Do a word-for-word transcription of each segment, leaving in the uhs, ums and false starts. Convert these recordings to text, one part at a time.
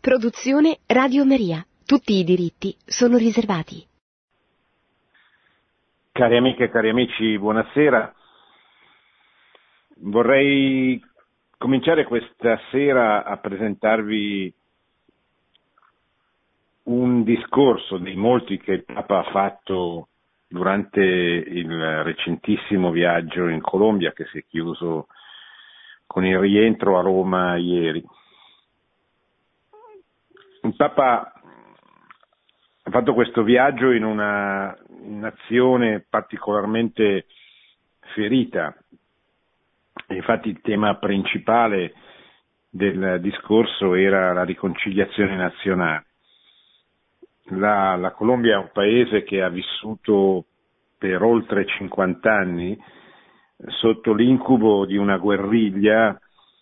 Produzione Radio Maria. Tutti i diritti sono riservati. Cari amiche e cari amici, buonasera. Vorrei cominciare questa sera a presentarvi un discorso dei molti che il Papa ha fatto durante il recentissimo viaggio in Colombia, che si è chiuso con il rientro a Roma ieri. Il Papa ha fatto questo viaggio in una nazione particolarmente ferita. Infatti il tema principale del discorso era la riconciliazione nazionale. La, la Colombia è un paese che ha vissuto per oltre cinquanta anni sotto l'incubo di una guerriglia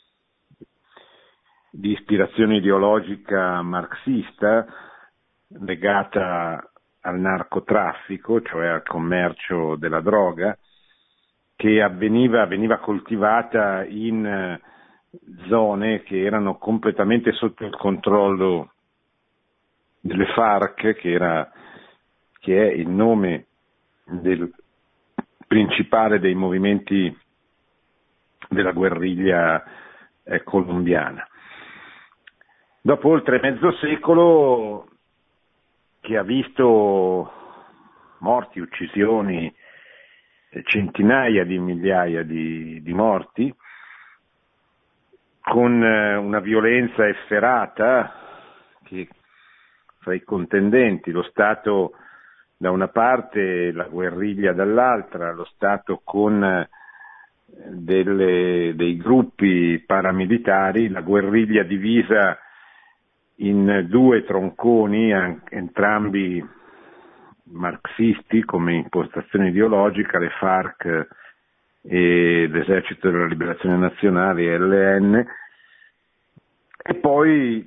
di ispirazione ideologica marxista legata al narcotraffico, cioè al commercio della droga, che avveniva, veniva coltivata in zone che erano completamente sotto il controllo delle FARC, che, era, che è il nome del principale dei movimenti della guerriglia eh, colombiana. Dopo oltre mezzo secolo che ha visto morti, uccisioni, centinaia di migliaia di, di morti, con una violenza efferata che fra i contendenti, lo Stato da una parte, la guerriglia dall'altra, lo Stato con delle, dei gruppi paramilitari, la guerriglia divisa in due tronconi, entrambi marxisti come impostazione ideologica, le FARC e l'Esercito della Liberazione Nazionale, L N, e poi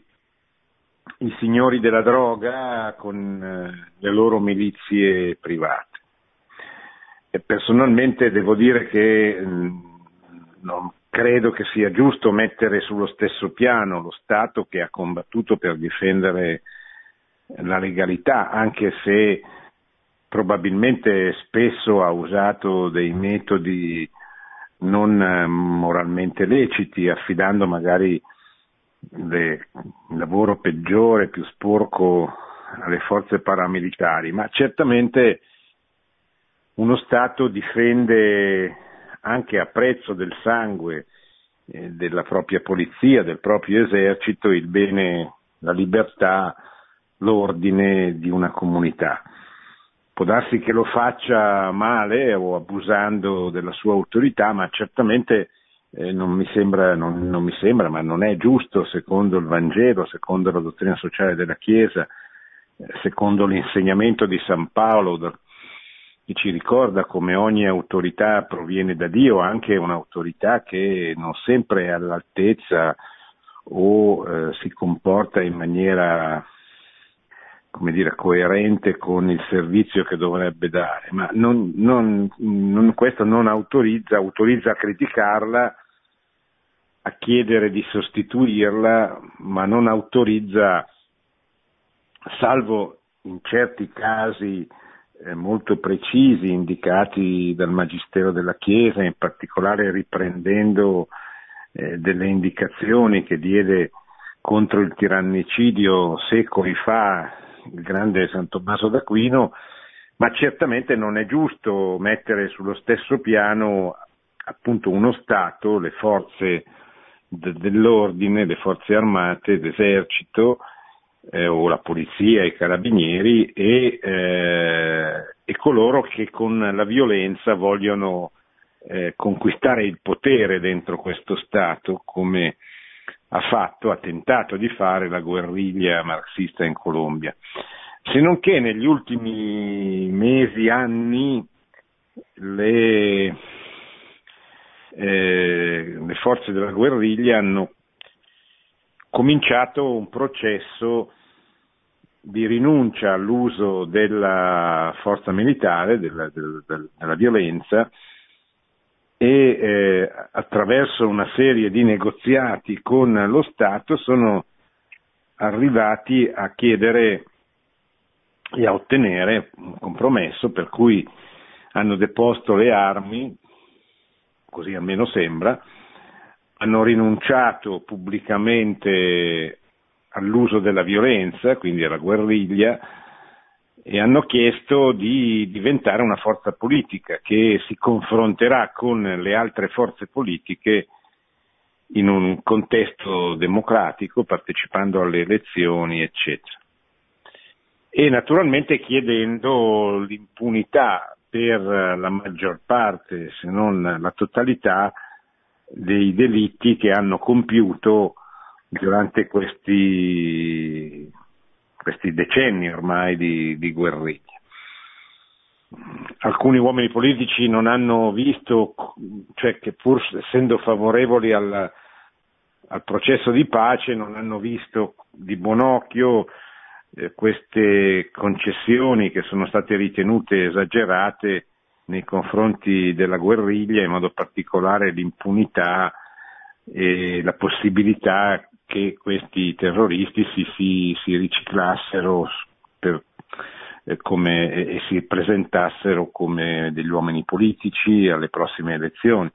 i signori della droga con le loro milizie private. E personalmente devo dire che non credo che sia giusto mettere sullo stesso piano lo Stato che ha combattuto per difendere la legalità, anche se probabilmente spesso ha usato dei metodi non moralmente leciti, affidando magari le, il lavoro peggiore, più sporco alle forze paramilitari, ma certamente uno Stato difende anche a prezzo del sangue eh, della propria polizia, del proprio esercito, il bene, la libertà, l'ordine di una comunità. Può darsi che lo faccia male o abusando della sua autorità, ma certamente eh, non mi sembra, non, non mi sembra, ma non è giusto, secondo il Vangelo, secondo la dottrina sociale della Chiesa, eh, secondo l'insegnamento di San Paolo, che ci ricorda come ogni autorità proviene da Dio, anche un'autorità che non sempre è all'altezza o eh, si comporta in maniera, come dire, coerente con il servizio che dovrebbe dare, ma non, non, non, questo non autorizza, autorizza a criticarla, a chiedere di sostituirla, ma non autorizza, salvo in certi casi eh, molto precisi indicati dal Magistero della Chiesa, in particolare riprendendo eh, delle indicazioni che diede contro il tirannicidio secoli fa il grande San Tommaso d'Aquino, ma certamente non è giusto mettere sullo stesso piano appunto uno Stato, le forze de- dell'ordine, le forze armate, l'esercito eh, o la polizia, i carabinieri e, eh, e coloro che con la violenza vogliono eh, conquistare il potere dentro questo Stato, come ha fatto, ha tentato di fare la guerriglia marxista in Colombia. Se non che negli ultimi mesi, anni, le, eh, le forze della guerriglia hanno cominciato un processo di rinuncia all'uso della forza militare, della, della, della violenza, e eh, attraverso una serie di negoziati con lo Stato sono arrivati a chiedere e a ottenere un compromesso per cui hanno deposto le armi, così almeno sembra, hanno rinunciato pubblicamente all'uso della violenza, quindi alla guerriglia, e hanno chiesto di diventare una forza politica che si confronterà con le altre forze politiche in un contesto democratico, partecipando alle elezioni, eccetera. E naturalmente chiedendo l'impunità per la maggior parte, se non la totalità, dei delitti che hanno compiuto durante questi, questi decenni ormai di, di guerriglia. Alcuni uomini politici non hanno visto, cioè che pur essendo favorevoli al, al processo di pace, non hanno visto di buon occhio eh, queste concessioni che sono state ritenute esagerate nei confronti della guerriglia, in modo particolare l'impunità e la possibilità che questi terroristi si, si, si riciclassero per, eh, come, e si presentassero come degli uomini politici alle prossime elezioni.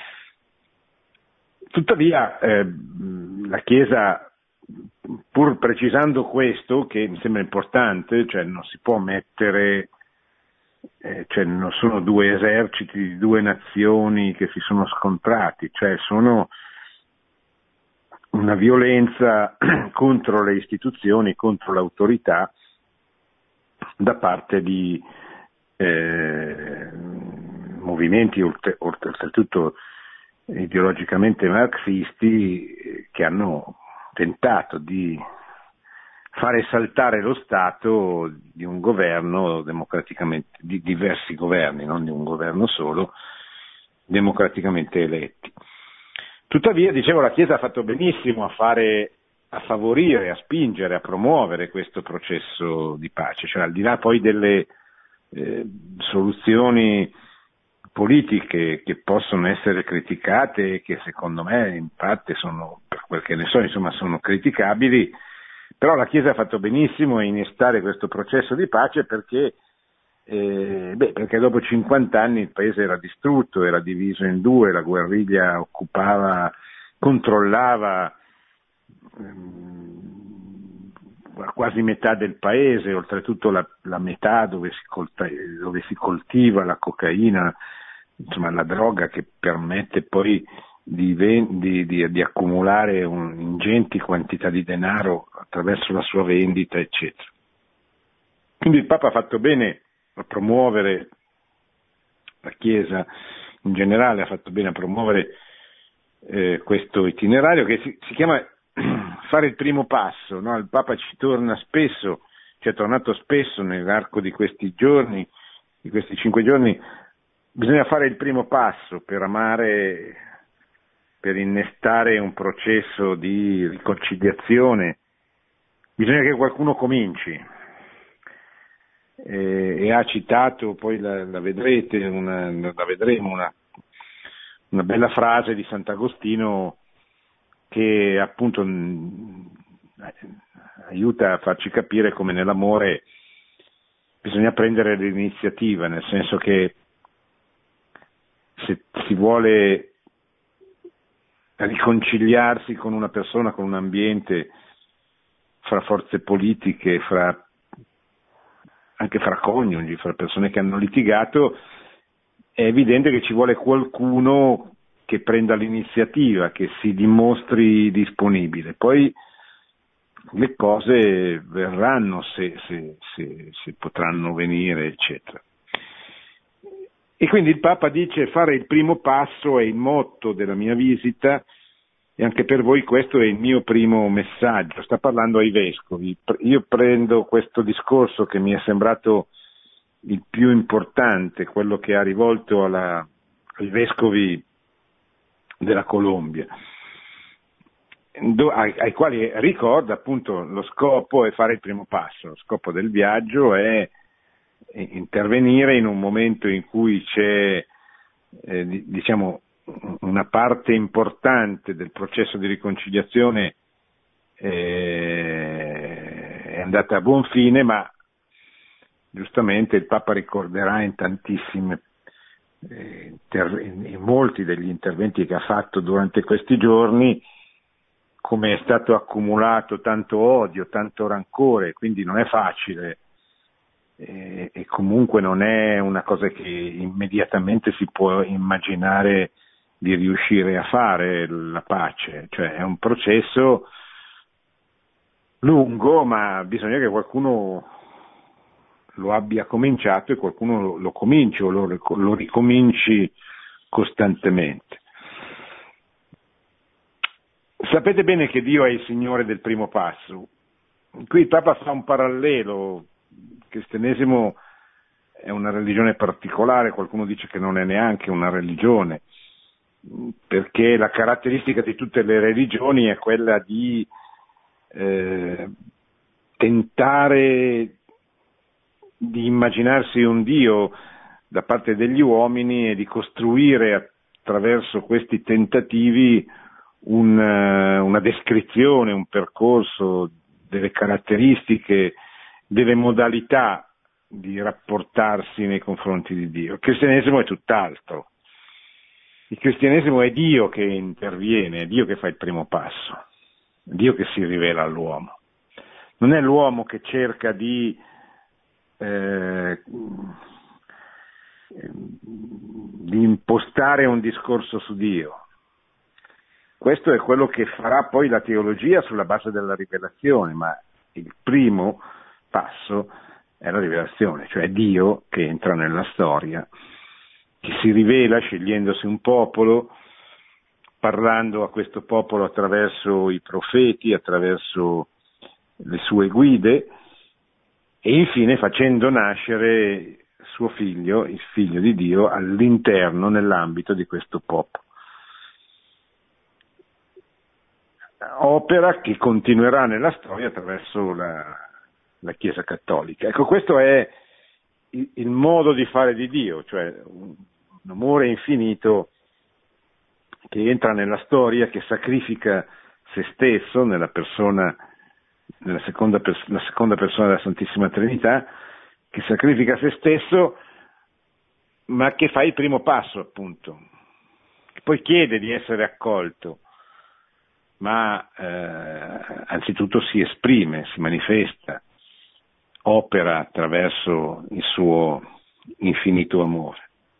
Tuttavia eh, la Chiesa, pur precisando questo, che mi sembra importante, cioè non si può mettere, eh, cioè non sono due eserciti di due nazioni che si sono scontrati, cioè sono una violenza contro le istituzioni, contro l'autorità da parte di eh, movimenti oltre, oltre, oltretutto ideologicamente marxisti che hanno tentato di fare saltare lo Stato di un governo democraticamente, di diversi governi, non di un governo solo, democraticamente eletti. Tuttavia, dicevo, la Chiesa ha fatto benissimo a fare, a favorire, a spingere, a promuovere questo processo di pace, cioè al di là poi delle eh, soluzioni politiche che possono essere criticate e che secondo me in parte sono, per quel che ne so, insomma, sono criticabili, però la Chiesa ha fatto benissimo a innestare questo processo di pace perché Eh, beh, perché dopo cinquanta anni il paese era distrutto, era diviso in due, la guerriglia occupava, controllava ehm, quasi metà del paese, oltretutto la, la metà dove si, colta, dove si coltiva la cocaina, insomma la droga che permette poi di, di, di, di accumulare un, ingenti quantità di denaro attraverso la sua vendita, eccetera. Quindi il Papa ha fatto bene a promuovere, la Chiesa in generale ha fatto bene a promuovere eh, questo itinerario che si, si chiama fare il primo passo, no? Il Papa ci torna spesso, ci è tornato spesso nell'arco di questi giorni, di questi cinque giorni, bisogna fare il primo passo per amare, per innestare un processo di riconciliazione, bisogna che qualcuno cominci. Eh, e ha citato, poi la, la vedrete, una, la vedremo, una, una bella frase di Sant'Agostino che appunto mh, aiuta a farci capire come nell'amore bisogna prendere l'iniziativa, nel senso che se si vuole riconciliarsi con una persona, con un ambiente, fra forze politiche, fra anche fra coniugi, fra persone che hanno litigato, è evidente che ci vuole qualcuno che prenda l'iniziativa, che si dimostri disponibile. Poi le cose verranno se, se, se, se potranno venire, eccetera. E quindi il Papa dice: fare il primo passo è il motto della mia visita e anche per voi questo è il mio primo messaggio. Sta parlando ai vescovi. Io prendo questo discorso che mi è sembrato il più importante, quello che ha rivolto alla, ai vescovi della Colombia, do, ai, ai quali ricorda appunto lo scopo è fare il primo passo. Lo scopo del viaggio è intervenire in un momento in cui c'è eh, diciamo una parte importante del processo di riconciliazione eh, andata a buon fine, ma giustamente il Papa ricorderà in tantissime, eh, inter- in molti degli interventi che ha fatto durante questi giorni, come è stato accumulato tanto odio, tanto rancore, quindi non è facile eh, e comunque non è una cosa che immediatamente si può immaginare di riuscire a fare la pace, cioè è un processo lungo, ma bisogna che qualcuno lo abbia cominciato e qualcuno lo, lo cominci o lo, lo ricominci costantemente. Sapete bene che Dio è il Signore del primo passo. Qui il Papa fa un parallelo. Il cristianesimo è una religione particolare, qualcuno dice che non è neanche una religione, perché la caratteristica di tutte le religioni è quella di eh, tentare di immaginarsi un Dio da parte degli uomini e di costruire attraverso questi tentativi un, una descrizione, un percorso, delle caratteristiche, delle modalità di rapportarsi nei confronti di Dio. Il cristianesimo è tutt'altro. Il cristianesimo è Dio che interviene, è Dio che fa il primo passo, è Dio che si rivela all'uomo. Non è l'uomo che cerca di, eh, di impostare un discorso su Dio. Questo è quello che farà poi la teologia sulla base della rivelazione, ma il primo passo è la rivelazione, cioè Dio che entra nella storia, che si rivela scegliendosi un popolo, parlando a questo popolo attraverso i profeti, attraverso le sue guide e infine facendo nascere suo figlio, il figlio di Dio, all'interno, nell'ambito di questo popolo. Opera che continuerà nella storia attraverso la, la Chiesa Cattolica. Ecco, questo è il, il modo di fare di Dio, cioè un, un amore infinito che entra nella storia, che sacrifica se stesso nella persona, nella seconda, pers- la seconda persona della Santissima Trinità, che sacrifica se stesso, ma che fa il primo passo, appunto, che poi chiede di essere accolto, ma eh, anzitutto si esprime, si manifesta, opera attraverso il suo infinito amore.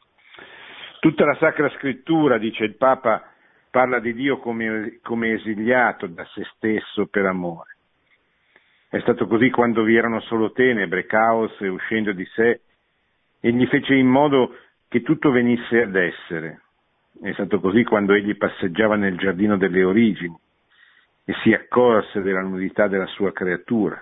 Tutta la Sacra Scrittura, dice il Papa, parla di Dio come, come esiliato da se stesso per amore. È stato così quando vi erano solo tenebre, caos e uscendo di sé, egli fece in modo che tutto venisse ad essere. È stato così quando egli passeggiava nel giardino delle origini e si accorse della nudità della sua creatura.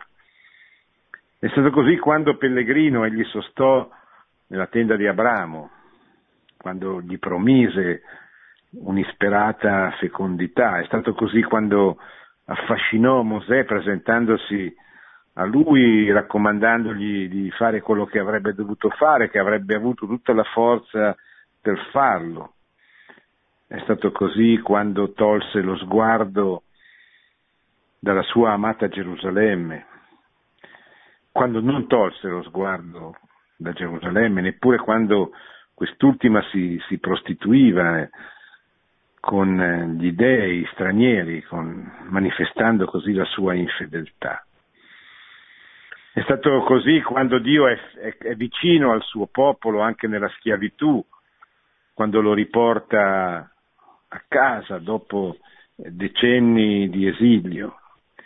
È stato così quando pellegrino egli sostò nella tenda di Abramo, quando gli promise un'isperata fecondità. È stato così quando affascinò Mosè presentandosi a lui, raccomandandogli di fare quello che avrebbe dovuto fare, che avrebbe avuto tutta la forza per farlo. È stato così quando tolse lo sguardo dalla sua amata Gerusalemme, quando non tolse lo sguardo da Gerusalemme, neppure quando quest'ultima si, si prostituiva con gli dei stranieri, con, manifestando così la sua infedeltà. È stato così quando Dio è, è, è vicino al suo popolo anche nella schiavitù, quando lo riporta a casa dopo decenni di esilio.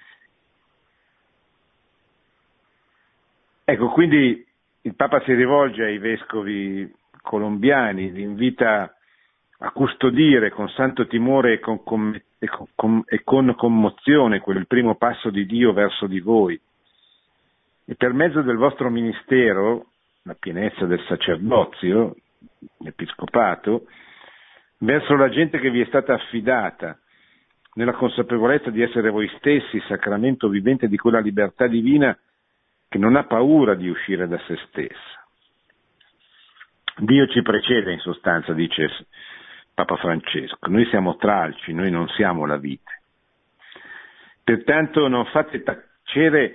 Ecco, quindi il Papa si rivolge ai vescovi colombiani, li invita a custodire con santo timore e con, com, e, con, e con commozione quel primo passo di Dio verso di voi. E per mezzo del vostro ministero, la pienezza del sacerdozio, l'episcopato, verso la gente che vi è stata affidata, nella consapevolezza di essere voi stessi sacramento vivente di quella libertà divina che non ha paura di uscire da se stessa. Dio ci precede in sostanza, dice Papa Francesco, noi siamo tralci, noi non siamo la vite. Pertanto non fate tacere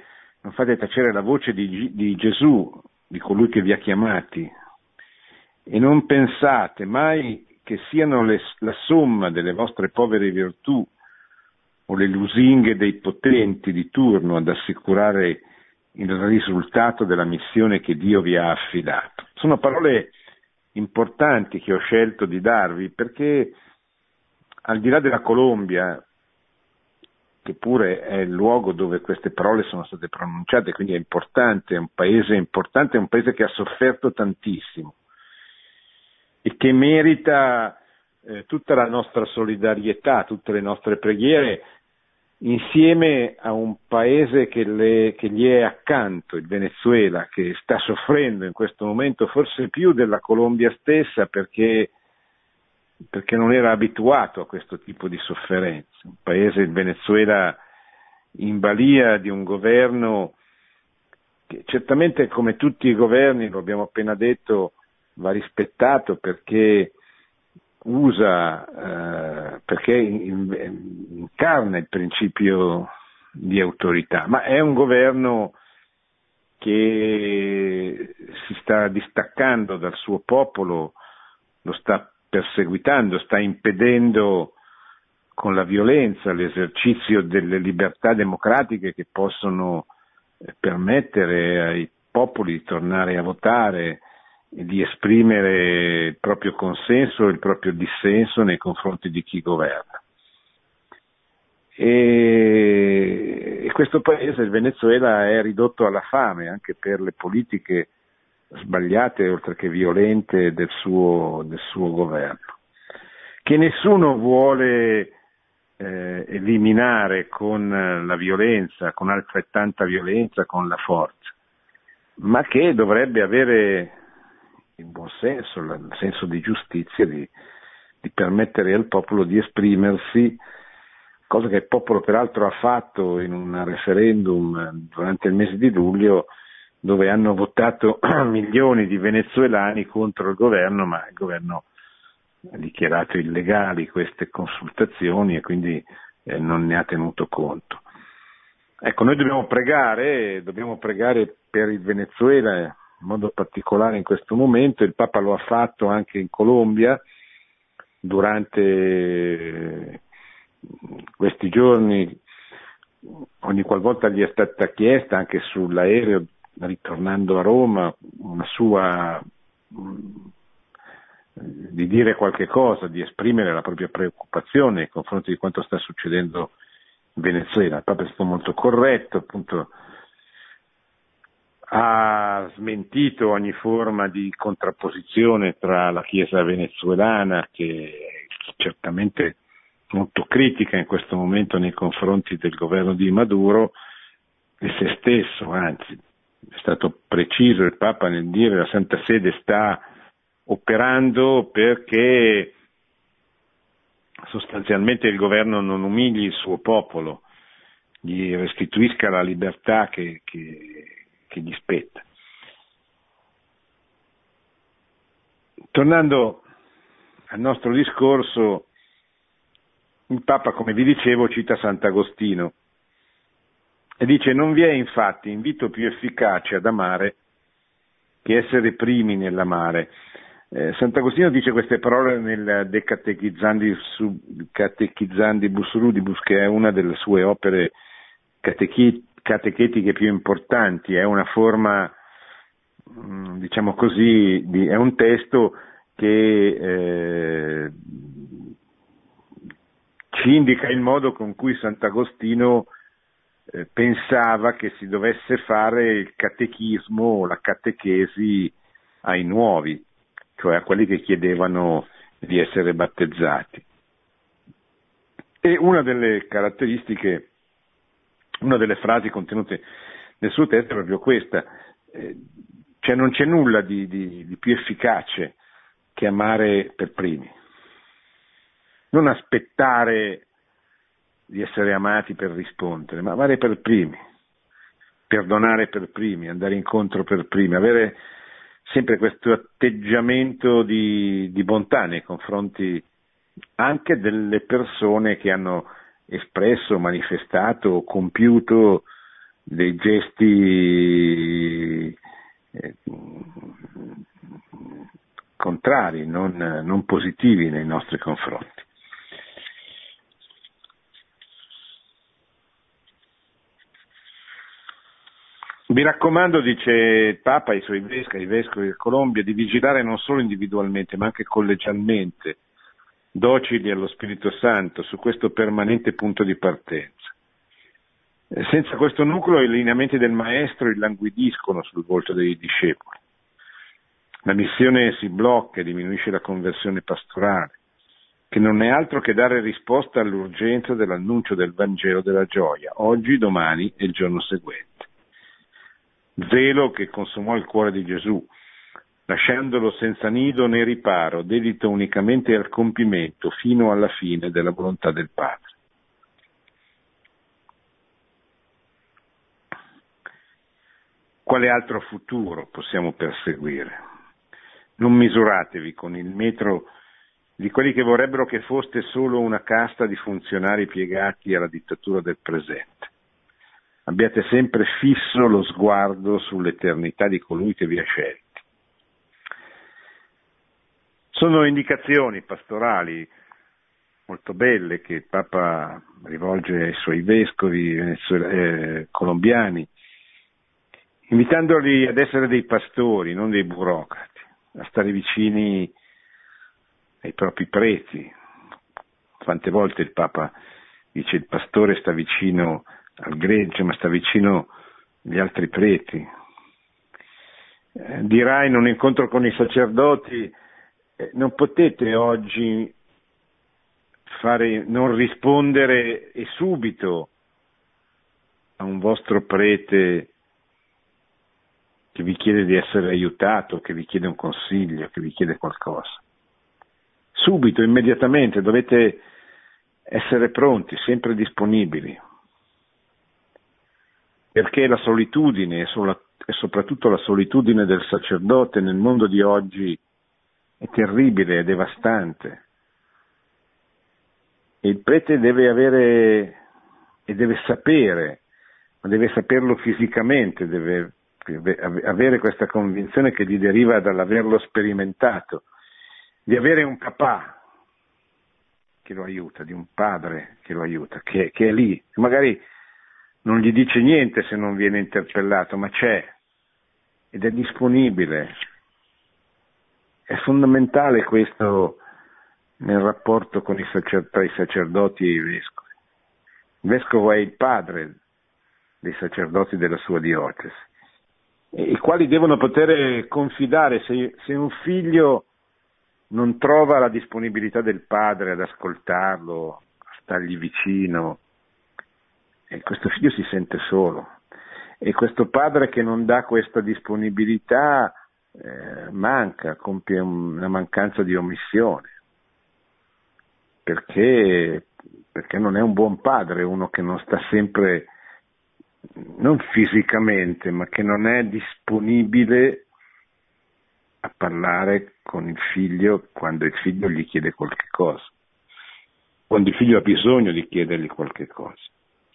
non fate tacere la voce di, di Gesù, di colui che vi ha chiamati, e non pensate mai che siano le, la somma delle vostre povere virtù o le lusinghe dei potenti di turno ad assicurare il risultato della missione che Dio vi ha affidato. Sono parole importanti che ho scelto di darvi perché, al di là della Colombia, che pure è il luogo dove queste parole sono state pronunciate, quindi è importante, è un paese importante, è un paese che ha sofferto tantissimo e che merita eh, tutta la nostra solidarietà, tutte le nostre preghiere, insieme a un paese che, le, che gli è accanto, il Venezuela, che sta soffrendo in questo momento forse più della Colombia stessa perché, perché non era abituato a questo tipo di sofferenze. Un paese, il Venezuela, in balia di un governo che certamente, come tutti i governi, lo abbiamo appena detto, va rispettato perché usa, eh, perché incarna il principio di autorità, ma è un governo che si sta distaccando dal suo popolo, lo sta perseguitando, sta impedendo con la violenza l'esercizio delle libertà democratiche che possono permettere ai popoli di tornare a votare, di esprimere il proprio consenso e il proprio dissenso nei confronti di chi governa. E, e questo paese, il Venezuela, è ridotto alla fame anche per le politiche sbagliate, oltre che violente, del suo, del suo governo, che nessuno vuole eh, eliminare con la violenza, con altrettanta violenza, con la forza, ma che dovrebbe avere il buon senso, il senso di giustizia, di, di permettere al popolo di esprimersi, cosa che il popolo peraltro ha fatto in un referendum durante il mese di luglio, dove hanno votato milioni di venezuelani contro il governo, ma il governo ha dichiarato illegali queste consultazioni e quindi eh, non ne ha tenuto conto. Ecco, noi dobbiamo pregare, dobbiamo pregare per il Venezuela, in modo particolare in questo momento. Il Papa lo ha fatto anche in Colombia durante questi giorni, ogni qualvolta gli è stata chiesta anche sull'aereo ritornando a Roma una sua di dire qualche cosa, di esprimere la propria preoccupazione nei confronti di quanto sta succedendo in Venezuela. Il Papa è stato molto corretto, appunto ha smentito ogni forma di contrapposizione tra la Chiesa venezuelana, che è certamente molto critica in questo momento nei confronti del governo di Maduro, e se stesso, anzi è stato preciso il Papa nel dire la Santa Sede sta operando perché sostanzialmente il governo non umili il suo popolo, gli restituisca la libertà che, che che gli spetta. Tornando al nostro discorso, il Papa, come vi dicevo, cita Sant'Agostino e dice: non vi è infatti invito più efficace ad amare che essere primi nell'amare. Eh, Sant'Agostino dice queste parole nel De Catechizandibus Rudibus, che è una delle sue opere catechi- catechetiche più importanti. È una forma, diciamo così, di, è un testo che eh, ci indica il modo con cui Sant'Agostino eh, pensava che si dovesse fare il catechismo o la catechesi ai nuovi, cioè a quelli che chiedevano di essere battezzati. E una delle caratteristiche, una delle frasi contenute nel suo testo è proprio questa, eh, cioè non c'è nulla di, di, di più efficace che amare per primi, non aspettare di essere amati per rispondere, ma amare per primi, perdonare per primi, andare incontro per primi, avere sempre questo atteggiamento di, di bontà nei confronti anche delle persone che hanno espresso, manifestato, compiuto dei gesti eh, contrari, non, non positivi nei nostri confronti. Vi raccomando, dice il Papa ai suoi vescovi, ai vescovi del Colombia, di vigilare non solo individualmente ma anche collegialmente, docili allo Spirito Santo, su questo permanente punto di partenza. Senza questo nucleo i lineamenti del Maestro illanguidiscono sul volto dei discepoli. La missione si blocca e diminuisce la conversione pastorale, che non è altro che dare risposta all'urgenza dell'annuncio del Vangelo della gioia, oggi, domani e il giorno seguente. Zelo che consumò il cuore di Gesù, lasciandolo senza nido né riparo, dedito unicamente al compimento fino alla fine della volontà del Padre. Quale altro futuro possiamo perseguire? Non misuratevi con il metro di quelli che vorrebbero che foste solo una casta di funzionari piegati alla dittatura del presente. Abbiate sempre fisso lo sguardo sull'eternità di colui che vi ha scelti. Sono indicazioni pastorali molto belle che il Papa rivolge ai suoi vescovi eh, colombiani, invitandoli ad essere dei pastori, non dei burocrati, a stare vicini ai propri preti. Quante volte il Papa dice il pastore sta vicino al gregge, ma sta vicino agli altri preti. Eh, dirai in un incontro con i sacerdoti, eh, non potete oggi fare, non rispondere e subito a un vostro prete che vi chiede di essere aiutato, che vi chiede un consiglio, che vi chiede qualcosa. Subito, immediatamente, dovete essere pronti, sempre disponibili. Perché la solitudine e soprattutto la solitudine del sacerdote nel mondo di oggi è terribile, è devastante. E il prete deve avere e deve sapere, ma deve saperlo fisicamente, deve avere questa convinzione che gli deriva dall'averlo sperimentato, di avere un papà che lo aiuta, di un padre che lo aiuta, che, che è lì, magari non gli dice niente se non viene interpellato, ma c'è ed è disponibile. È fondamentale questo nel rapporto con i sacer- tra i sacerdoti e i vescovi. Il vescovo è il padre dei sacerdoti della sua diocesi, i quali devono poter confidare se, se un figlio non trova la disponibilità del padre ad ascoltarlo, a stargli vicino, e questo figlio si sente solo. E questo padre che non dà questa disponibilità eh, manca, compie una mancanza di omissione, perché, perché non è un buon padre, uno che non sta sempre, non fisicamente, ma che non è disponibile a parlare con il figlio quando il figlio gli chiede qualche cosa, quando il figlio ha bisogno di chiedergli qualche cosa.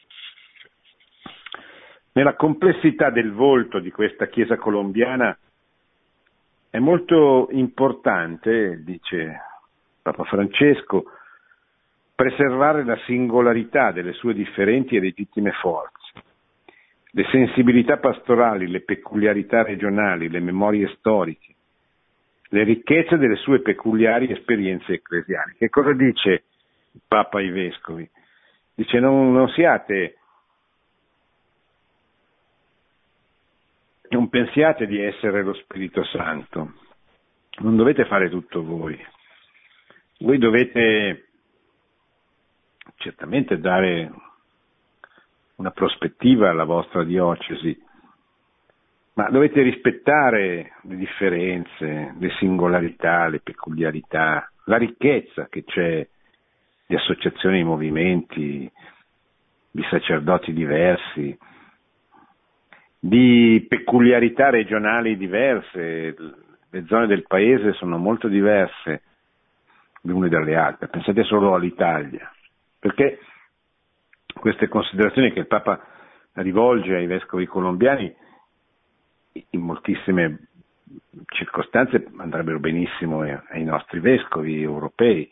Nella complessità del volto di questa Chiesa colombiana è molto importante, dice Papa Francesco, preservare la singolarità delle sue differenti e legittime forze, le sensibilità pastorali, le peculiarità regionali, le memorie storiche, le ricchezze delle sue peculiari esperienze ecclesiali. Che cosa dice il Papa ai Vescovi? Dice non, non siate, non pensiate di essere lo Spirito Santo, non dovete fare tutto voi, voi dovete certamente dare una prospettiva alla vostra diocesi, ma dovete rispettare le differenze, le singolarità, le peculiarità, la ricchezza che c'è di associazioni e movimenti, di sacerdoti diversi, di peculiarità regionali diverse. Le zone del paese sono molto diverse le une dalle altre, pensate solo all'Italia, perché queste considerazioni che il Papa rivolge ai vescovi colombiani, in moltissime circostanze andrebbero benissimo ai nostri vescovi europei.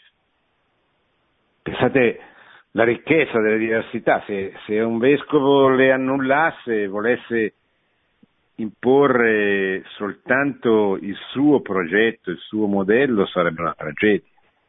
Pensate la ricchezza delle diversità, se, se un vescovo le annullasse e volesse imporre soltanto il suo progetto, il suo modello, sarebbe una tragedia.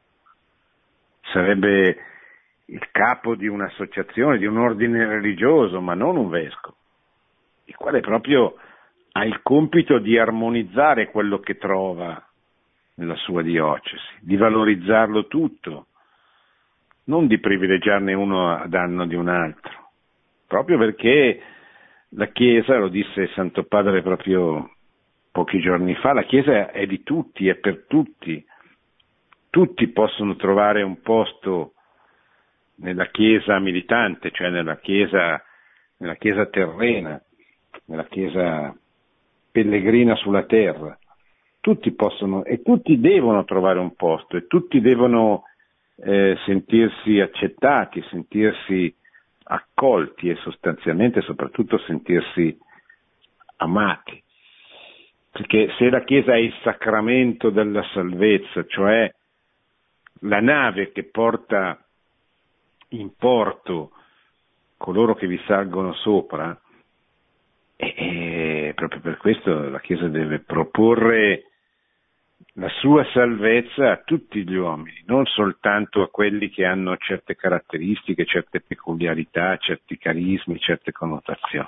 Sarebbe il capo di un'associazione, di un ordine religioso, ma non un vescovo, il quale proprio ha il compito di armonizzare quello che trova nella sua diocesi, di valorizzarlo tutto, non di privilegiarne uno a danno di un altro, proprio perché la Chiesa, lo disse Santo Padre proprio pochi giorni fa, la Chiesa è di tutti, è per tutti, tutti possono trovare un posto nella Chiesa militante, cioè nella Chiesa, nella Chiesa terrena, nella Chiesa pellegrina sulla terra. Tutti possono e tutti devono trovare un posto e tutti devono eh, sentirsi accettati, sentirsi accolti e sostanzialmente soprattutto sentirsi amati. Perché se la Chiesa è il sacramento della salvezza, cioè la nave che porta in porto coloro che vi salgono sopra, e, e proprio per questo la Chiesa deve proporre la sua salvezza a tutti gli uomini, non soltanto a quelli che hanno certe caratteristiche, certe peculiarità, certi carismi, certe connotazioni.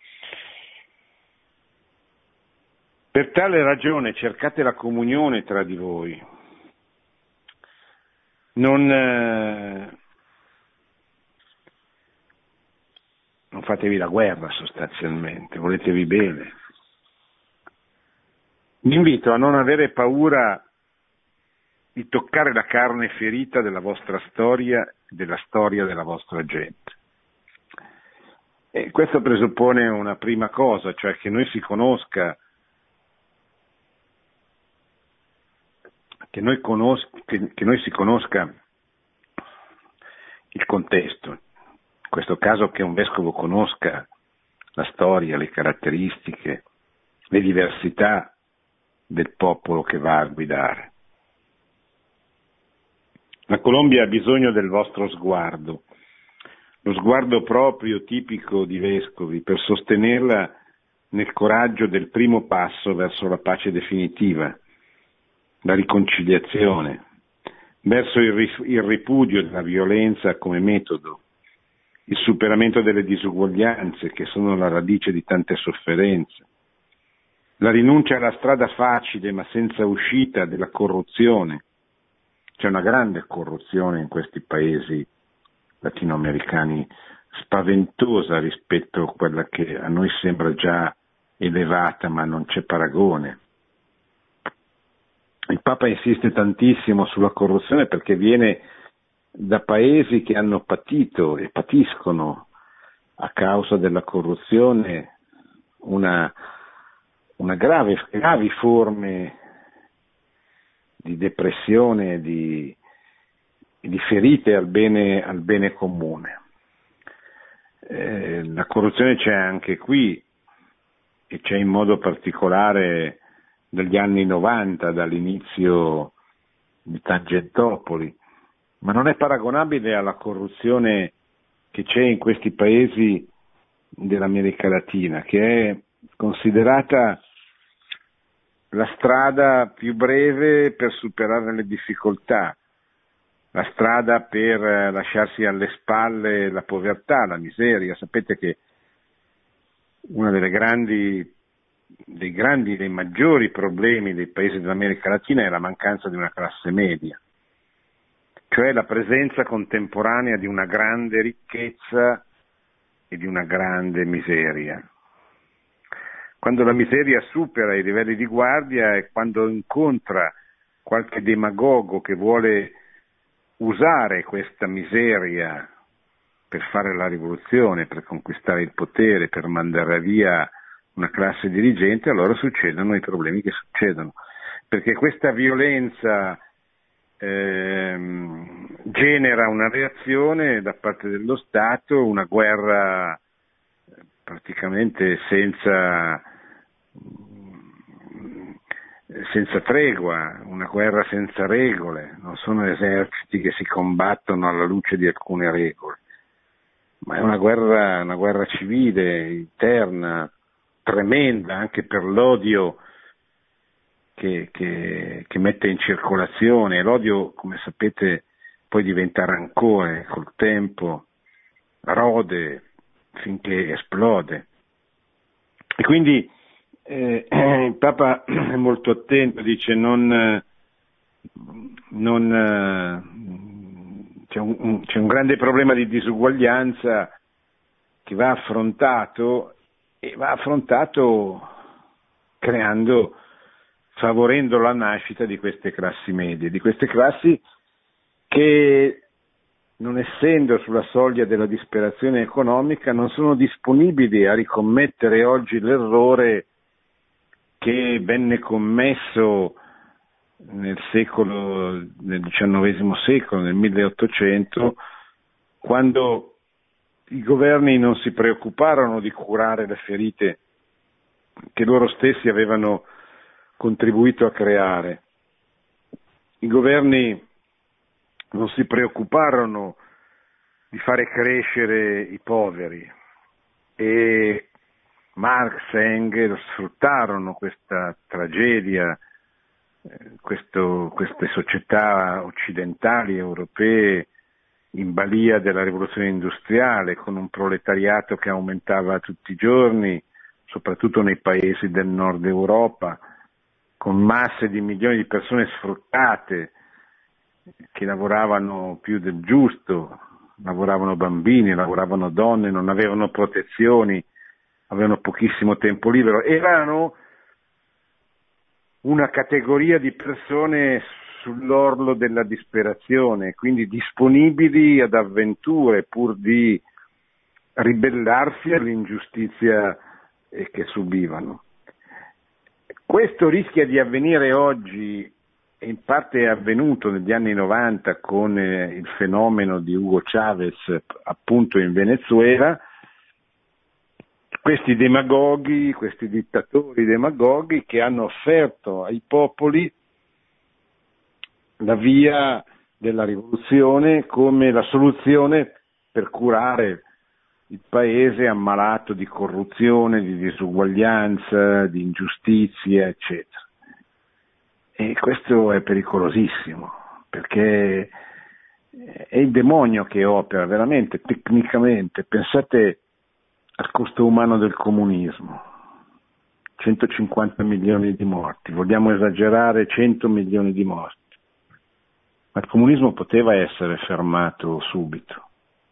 Per tale ragione cercate la comunione tra di voi, non, eh, non fatevi la guerra sostanzialmente, voletevi bene. Vi invito a non avere paura di toccare la carne ferita della vostra storia, della storia della vostra gente. E questo presuppone una prima cosa, cioè che noi si conosca, che noi, conos- che, che noi si conosca il contesto. In questo caso che un vescovo conosca la storia, le caratteristiche, le diversità del popolo che va a guidare. La Colombia ha bisogno del vostro sguardo, lo sguardo proprio, tipico di vescovi, per sostenerla nel coraggio del primo passo verso la pace definitiva, la riconciliazione, verso il, rif- il ripudio della violenza come metodo, il superamento delle disuguaglianze che sono la radice di tante sofferenze, la rinuncia alla strada facile ma senza uscita della corruzione. C'è una grande corruzione in questi paesi latinoamericani, spaventosa rispetto a quella che a noi sembra già elevata, ma non c'è paragone. Il Papa insiste tantissimo sulla corruzione perché viene da paesi che hanno patito e patiscono a causa della corruzione una, una grave, gravi forme di depressione, di, di ferite al bene, al bene comune. Eh, la corruzione c'è anche qui e c'è in modo particolare dagli anni novanta, dall'inizio di Tangentopoli, ma non è paragonabile alla corruzione che c'è in questi paesi dell'America Latina, che è considerata la strada più breve per superare le difficoltà, la strada per lasciarsi alle spalle la povertà, la miseria. Sapete che uno delle grandi, dei grandi, dei maggiori problemi dei paesi dell'America Latina è la mancanza di una classe media, cioè la presenza contemporanea di una grande ricchezza e di una grande miseria. Quando la miseria supera i livelli di guardia e quando incontra qualche demagogo che vuole usare questa miseria per fare la rivoluzione, per conquistare il potere, per mandare via una classe dirigente, allora succedono i problemi che succedono. Perché questa violenza ehm, genera una reazione da parte dello Stato, una guerra praticamente senza, senza tregua, una guerra senza regole, non sono eserciti che si combattono alla luce di alcune regole, ma è una guerra, una guerra civile, interna, tremenda anche per l'odio che, che, che mette in circolazione. L'odio, come sapete, poi diventa rancore col tempo, rode finché esplode. E quindi eh, il Papa è molto attento, dice non, non c'è, un, c'è un grande problema di disuguaglianza che va affrontato, e va affrontato creando, favorendo la nascita di queste classi medie, di queste classi che, non essendo sulla soglia della disperazione economica, non sono disponibili a ricommettere oggi l'errore che venne commesso nel secolo, nel diciannovesimo secolo, nel milleottocento, quando i governi non si preoccuparono di curare le ferite che loro stessi avevano contribuito a creare. I governi non si preoccuparono di fare crescere i poveri e Marx e Engels sfruttarono questa tragedia, eh, questo, queste società occidentali, europee, in balia della rivoluzione industriale, con un proletariato che aumentava tutti i giorni, soprattutto nei paesi del nord Europa, con masse di milioni di persone sfruttate, che lavoravano più del giusto, lavoravano bambini, lavoravano donne, non avevano protezioni, avevano pochissimo tempo libero, erano una categoria di persone sull'orlo della disperazione, quindi disponibili ad avventure pur di ribellarsi all'ingiustizia che subivano. Questo rischia di avvenire oggi, e in parte è avvenuto negli anni novanta con eh, il fenomeno di Hugo Chavez appunto in Venezuela. Questi demagoghi, questi dittatori demagoghi che hanno offerto ai popoli la via della rivoluzione come la soluzione per curare il paese ammalato di corruzione, di disuguaglianza, di ingiustizia, eccetera. E questo è pericolosissimo, perché è il demonio che opera veramente, tecnicamente. Pensate al costo umano del comunismo, centocinquanta milioni di morti, vogliamo esagerare, cento milioni di morti. Ma il comunismo poteva essere fermato subito.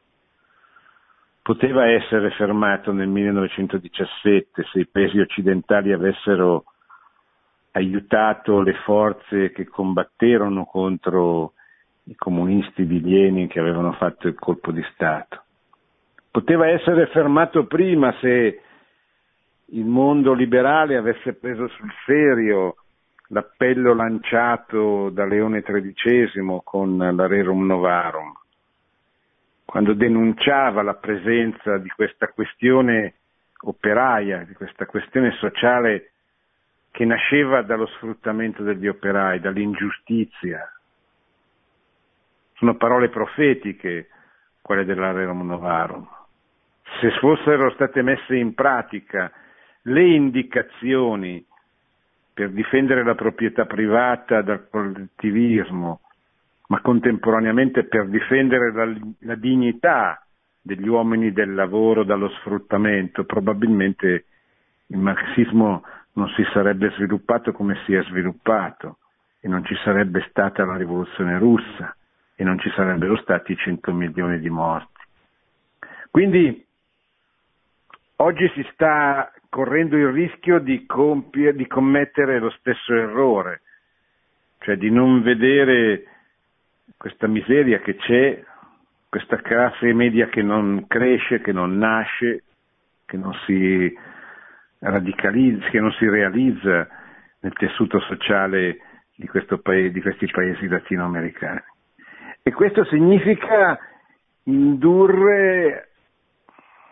Poteva essere fermato nel millenovecentodiciassette se i paesi occidentali avessero aiutato le forze che combatterono contro i comunisti di Lenin che avevano fatto il colpo di Stato. Poteva essere fermato prima se il mondo liberale avesse preso sul serio l'appello lanciato da Leone tredicesimo con la Rerum Novarum, quando denunciava la presenza di questa questione operaia, di questa questione sociale che nasceva dallo sfruttamento degli operai, dall'ingiustizia. Sono parole profetiche quelle della Rerum Novarum. Se fossero state messe in pratica le indicazioni per difendere la proprietà privata dal collettivismo, ma contemporaneamente per difendere la, la dignità degli uomini del lavoro dallo sfruttamento, probabilmente il marxismo non si sarebbe sviluppato come si è sviluppato e non ci sarebbe stata la rivoluzione russa e non ci sarebbero stati cento milioni di morti. Quindi oggi si sta correndo il rischio di, compiere, di commettere lo stesso errore, cioè di non vedere questa miseria che c'è, questa classe media che non cresce, che non nasce, che non si radicalizza, che non si realizza nel tessuto sociale di, questo paese, di questi paesi latinoamericani. E questo significa indurre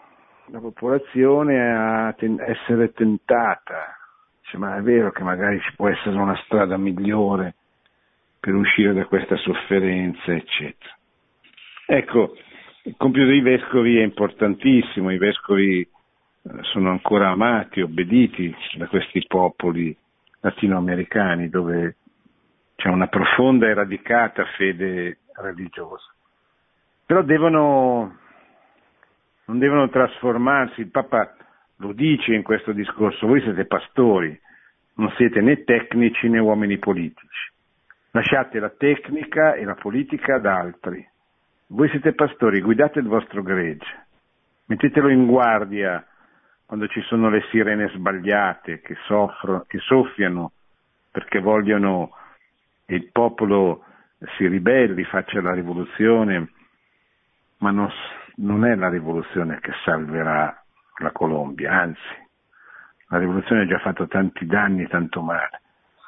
la popolazione a ten- essere tentata, dice, ma è vero che magari ci può essere una strada migliore per uscire da questa sofferenza, eccetera. Ecco, il compito dei vescovi è importantissimo, i vescovi sono ancora amati, obbediti da questi popoli latinoamericani dove c'è una profonda e radicata fede religiosa. Però devono, non devono trasformarsi, il Papa lo dice in questo discorso, voi siete pastori, non siete né tecnici né uomini politici, lasciate la tecnica e la politica ad altri, voi siete pastori, guidate il vostro gregge, mettetelo in guardia quando ci sono le sirene sbagliate che, soffrono, che soffiano perché vogliono che il popolo si ribelli, faccia la rivoluzione, ma non, non è la rivoluzione che salverà la Colombia, anzi, la rivoluzione ha già fatto tanti danni e tanto male.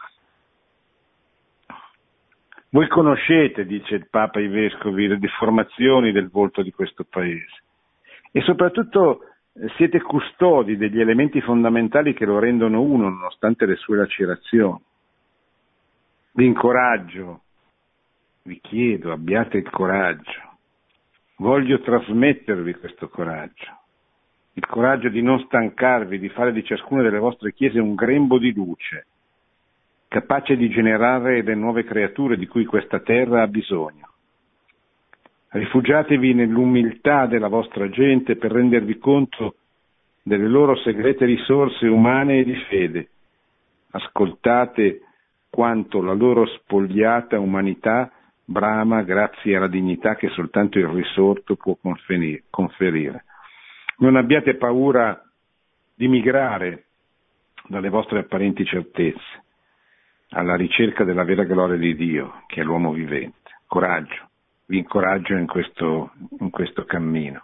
Voi conoscete, dice il Papa ai Vescovi, le deformazioni del volto di questo Paese e soprattutto siete custodi degli elementi fondamentali che lo rendono uno, nonostante le sue lacerazioni. Vi incoraggio, vi chiedo, abbiate il coraggio. Voglio trasmettervi questo coraggio, il coraggio di non stancarvi, di fare di ciascuna delle vostre chiese un grembo di luce, capace di generare le nuove creature di cui questa terra ha bisogno. Rifugiatevi nell'umiltà della vostra gente per rendervi conto delle loro segrete risorse umane e di fede. Ascoltate quanto la loro spogliata umanità brama grazie alla dignità che soltanto il risorto può conferire. Non abbiate paura di migrare dalle vostre apparenti certezze alla ricerca della vera gloria di Dio, che è l'uomo vivente. Coraggio, vi incoraggio in questo, in questo cammino.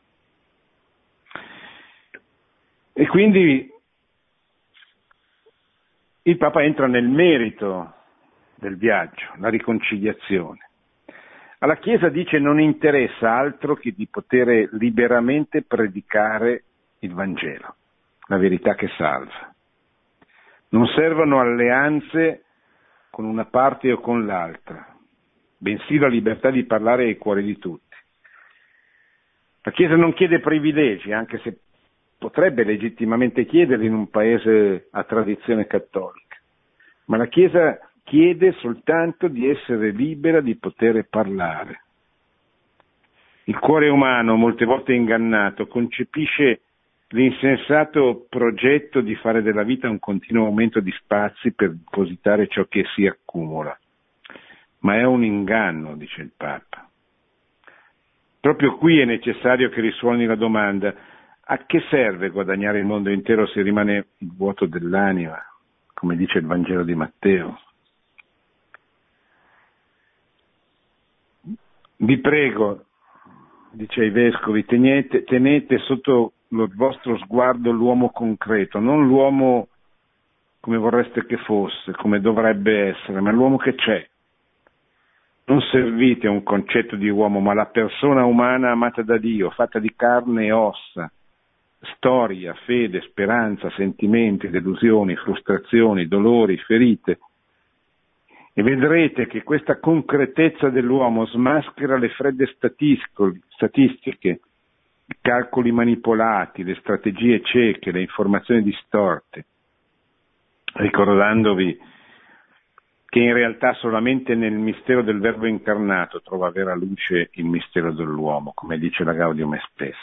E quindi il Papa entra nel merito del viaggio, la riconciliazione. Alla Chiesa dice non interessa altro che di poter liberamente predicare il Vangelo, la verità che salva. Non servono alleanze con una parte o con l'altra, bensì la libertà di parlare ai cuori di tutti. La Chiesa non chiede privilegi, anche se potrebbe legittimamente chiederli in un paese a tradizione cattolica, ma la Chiesa chiede soltanto di essere libera di poter parlare. Il cuore umano, molte volte ingannato, concepisce l'insensato progetto di fare della vita un continuo aumento di spazi per depositare ciò che si accumula. Ma è un inganno, dice il Papa. Proprio qui è necessario che risuoni la domanda: a che serve guadagnare il mondo intero se rimane il vuoto dell'anima, come dice il Vangelo di Matteo? Vi prego, dice ai vescovi, tenete, tenete sotto il vostro sguardo l'uomo concreto, non l'uomo come vorreste che fosse, come dovrebbe essere, ma l'uomo che c'è. Non servite a un concetto di uomo, ma la persona umana amata da Dio, fatta di carne e ossa, storia, fede, speranza, sentimenti, delusioni, frustrazioni, dolori, ferite. E vedrete che questa concretezza dell'uomo smaschera le fredde statistiche, i calcoli manipolati, le strategie cieche, le informazioni distorte, ricordandovi che in realtà solamente nel mistero del Verbo incarnato trova vera luce il mistero dell'uomo, come dice la Gaudium Spes.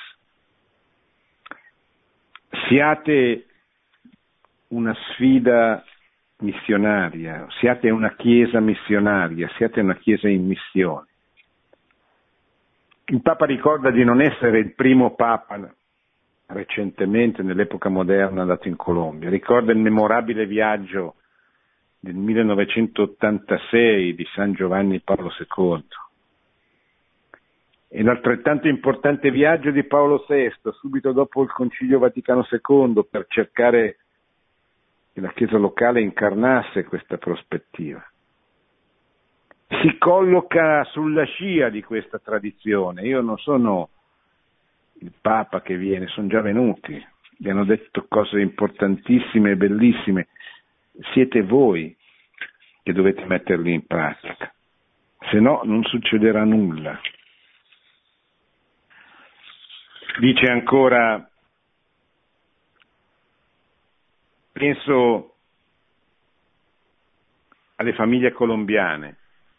Siate una sfida missionaria, siate una chiesa missionaria, siate una chiesa in missione. Il Papa ricorda di non essere il primo Papa recentemente nell'epoca moderna andato in Colombia, ricorda il memorabile viaggio del millenovecentottantasei di San Giovanni Paolo secondo e l'altrettanto importante viaggio di Paolo sesto subito dopo il Concilio Vaticano secondo per cercare che la Chiesa locale incarnasse questa prospettiva. Si colloca sulla scia di questa tradizione. Io non sono il Papa che viene, sono già venuti, vi hanno detto cose importantissime e bellissime, siete voi che dovete metterli in pratica, se no non succederà nulla. Dice ancora, penso alle famiglie colombiane,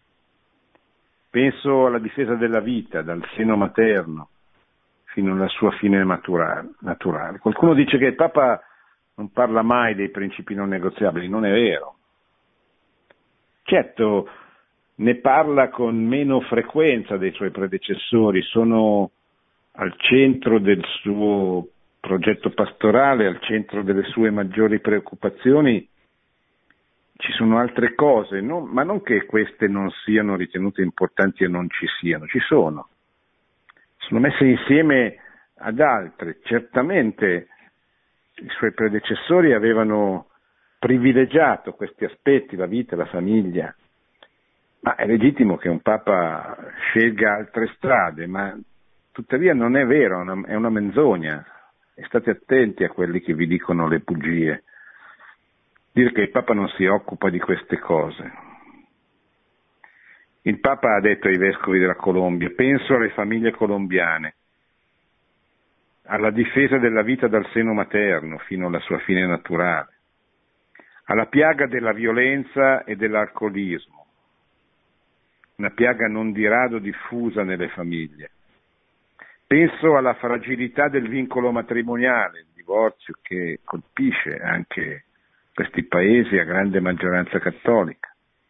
penso alla difesa della vita dal seno materno fino alla sua fine naturale. Qualcuno dice che il Papa non parla mai dei principi non negoziabili, non è vero. Certo, ne parla con meno frequenza dei suoi predecessori, sono al centro del suo progetto pastorale, al centro delle sue maggiori preoccupazioni. Ci sono altre cose, no? Ma non che queste non siano ritenute importanti e non ci siano, ci sono. Sono messe insieme ad altre. Certamente i suoi predecessori avevano privilegiato questi aspetti, la vita, la famiglia, ma è legittimo che un Papa scelga altre strade, ma tuttavia non è vero, è una, è una menzogna. E state attenti a quelli che vi dicono le bugie. Dire che il Papa non si occupa di queste cose. Il Papa ha detto ai vescovi della Colombia: penso alle famiglie colombiane, alla difesa della vita dal seno materno fino alla sua fine naturale, alla piaga della violenza e dell'alcolismo, una piaga non di rado diffusa nelle famiglie. Penso alla fragilità del vincolo matrimoniale, il divorzio che colpisce anche questi paesi a grande maggioranza cattolica.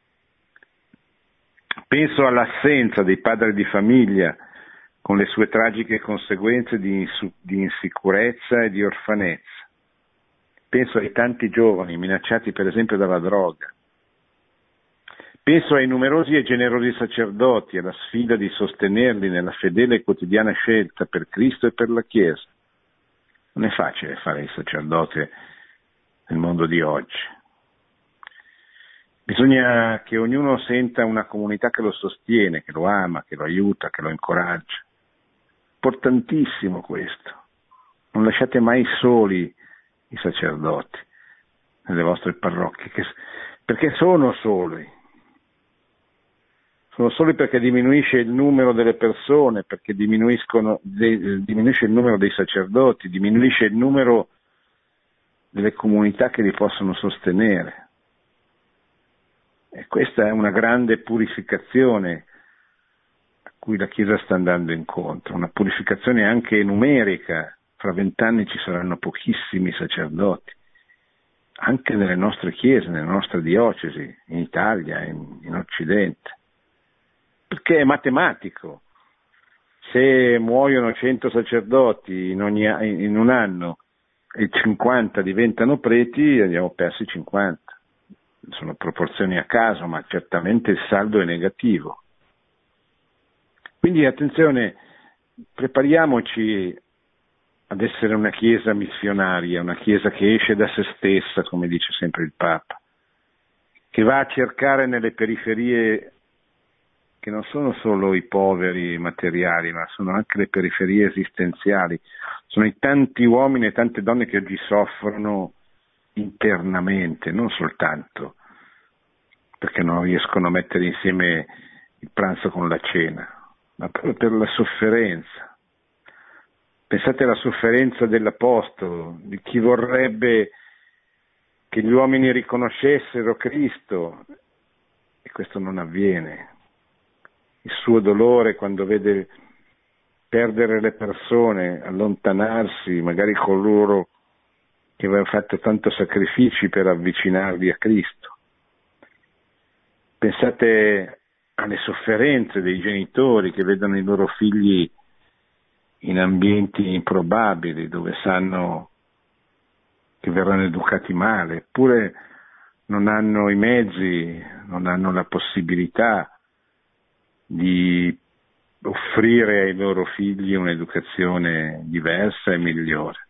Penso all'assenza dei padri di famiglia con le sue tragiche conseguenze di, insu- di insicurezza e di orfanezza. Penso ai tanti giovani minacciati per esempio dalla droga. Penso ai numerosi e generosi sacerdoti, alla sfida di sostenerli nella fedele e quotidiana scelta per Cristo e per la Chiesa. Non è facile fare il sacerdote nel mondo di oggi. Bisogna che ognuno senta una comunità che lo sostiene, che lo ama, che lo aiuta, che lo incoraggia. Importantissimo questo. Non lasciate mai soli i sacerdoti nelle vostre parrocchie, che, perché sono soli. Sono soli perché diminuisce il numero delle persone, perché diminuiscono, de, diminuisce il numero dei sacerdoti, diminuisce il numero delle comunità che li possono sostenere. E questa è una grande purificazione a cui la Chiesa sta andando incontro, una purificazione anche numerica. Fra vent'anni ci saranno pochissimi sacerdoti, anche nelle nostre chiese, nelle nostre diocesi, in Italia, in, in Occidente. Perché è matematico. Se muoiono cento sacerdoti in, ogni, in un anno e cinquanta diventano preti, abbiamo persi cinquanta. Sono proporzioni a caso, ma certamente il saldo è negativo. Quindi attenzione, prepariamoci ad essere una Chiesa missionaria, una Chiesa che esce da se stessa, come dice sempre il Papa, che va a cercare nelle periferie, che non sono solo i poveri materiali, ma sono anche le periferie esistenziali, sono i tanti uomini e tante donne che oggi soffrono internamente, non soltanto perché non riescono a mettere insieme il pranzo con la cena, ma proprio per la sofferenza. Pensate alla sofferenza dell'Apostolo, di chi vorrebbe che gli uomini riconoscessero Cristo, e questo non avviene. Il suo dolore quando vede perdere le persone, allontanarsi, magari coloro che avevano fatto tanto sacrifici per avvicinarli a Cristo. Pensate alle sofferenze dei genitori che vedono i loro figli in ambienti improbabili, dove sanno che verranno educati male, eppure non hanno i mezzi, non hanno la possibilità di offrire ai loro figli un'educazione diversa e migliore.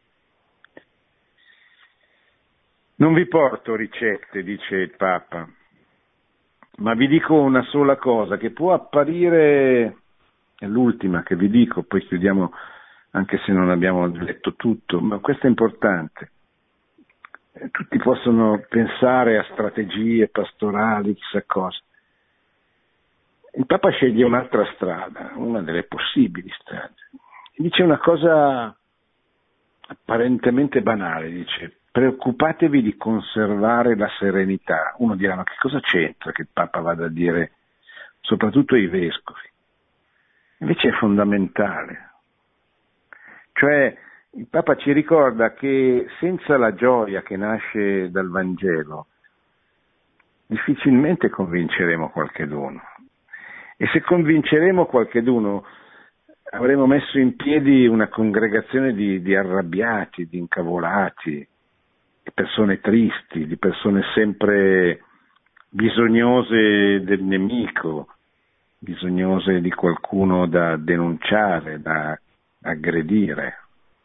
Non vi porto ricette, dice il Papa, ma vi dico una sola cosa che può apparire, è l'ultima che vi dico, poi chiudiamo anche se non abbiamo letto tutto, ma questo è importante. Tutti possono pensare a strategie pastorali, chissà cosa. Il Papa sceglie un'altra strada, una delle possibili strade. Dice una cosa apparentemente banale, dice: preoccupatevi di conservare la serenità. Uno dirà: ma che cosa c'entra che il Papa vada a dire soprattutto ai vescovi? Invece è fondamentale. Cioè, il Papa ci ricorda che senza la gioia che nasce dal Vangelo difficilmente convinceremo qualcheduno. E se convinceremo qualcheduno avremo messo in piedi una congregazione di, di arrabbiati, di incavolati, di persone tristi, di persone sempre bisognose del nemico, bisognose di qualcuno da denunciare, da aggredire.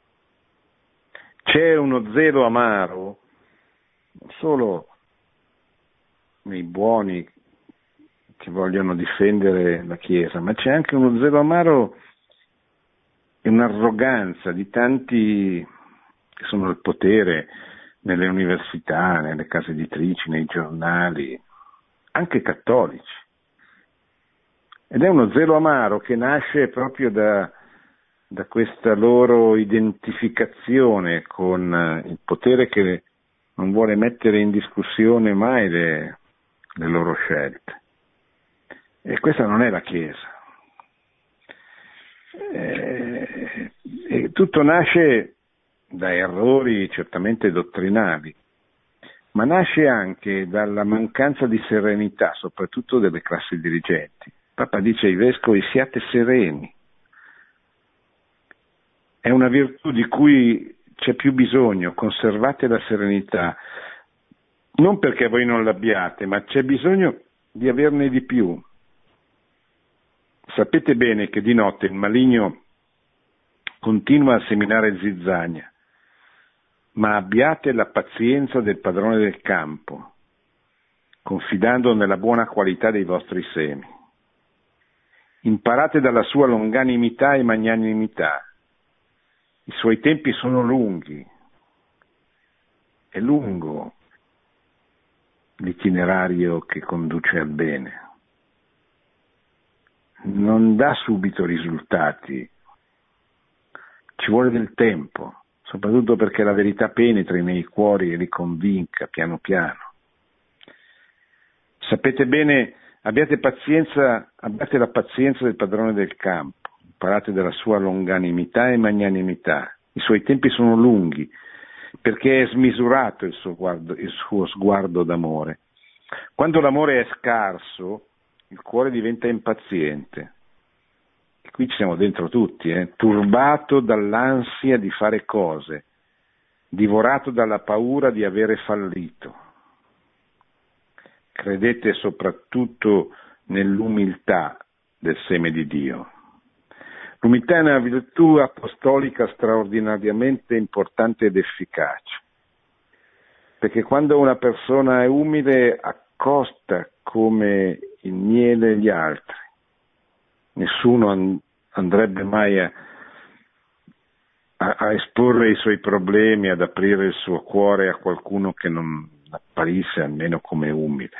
C'è uno zelo amaro, non solo nei buoni che vogliono difendere la Chiesa, ma c'è anche uno zelo amaro e un'arroganza di tanti che sono al potere nelle università, nelle case editrici, nei giornali, anche cattolici. Ed è uno zelo amaro che nasce proprio da, da questa loro identificazione con il potere che non vuole mettere in discussione mai le, le loro scelte. E questa non è la Chiesa. E, e tutto nasce da errori certamente dottrinali, ma nasce anche dalla mancanza di serenità, soprattutto delle classi dirigenti. Il Papa dice ai vescovi: siate sereni. È una virtù di cui c'è più bisogno, conservate la serenità, non perché voi non l'abbiate, ma c'è bisogno di averne di più. Sapete bene che di notte il maligno continua a seminare zizzania, ma abbiate la pazienza del padrone del campo, confidando nella buona qualità dei vostri semi. Imparate dalla sua longanimità e magnanimità. I suoi tempi sono lunghi, è lungo l'itinerario che conduce al bene. Non dà subito risultati, ci vuole del tempo, soprattutto perché la verità penetri nei cuori e li convinca piano piano. Sapete bene, abbiate pazienza, abbiate la pazienza del padrone del campo, imparate dalla sua longanimità e magnanimità. I suoi tempi sono lunghi, perché è smisurato il suo, guardo, il suo sguardo d'amore. Quando l'amore è scarso, il cuore diventa impaziente. E qui ci siamo dentro tutti, eh? Turbato dall'ansia di fare cose, divorato dalla paura di avere fallito. Credete soprattutto nell'umiltà del seme di Dio. L'umiltà è una virtù apostolica straordinariamente importante ed efficace, perché quando una persona è umile accosta come il miele gli altri. Nessuno andrebbe mai a, a, a esporre i suoi problemi, ad aprire il suo cuore a qualcuno che non apparisse almeno come umile,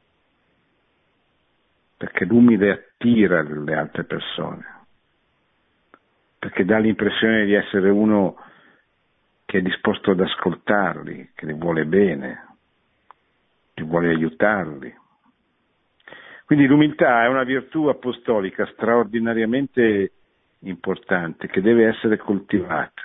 perché l'umile attira le altre persone, perché dà l'impressione di essere uno che è disposto ad ascoltarli, che li vuole bene, che vuole aiutarli. Quindi l'umiltà è una virtù apostolica straordinariamente importante che deve essere coltivata.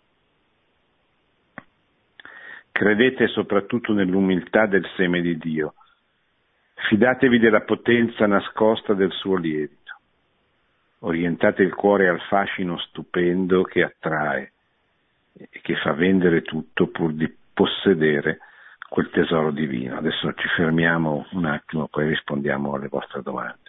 Credete soprattutto nell'umiltà del seme di Dio. Fidatevi della potenza nascosta del suo lievito. Orientate il cuore al fascino stupendo che attrae e che fa vendere tutto pur di possedere quel tesoro divino. Adesso ci fermiamo un attimo, poi rispondiamo alle vostre domande.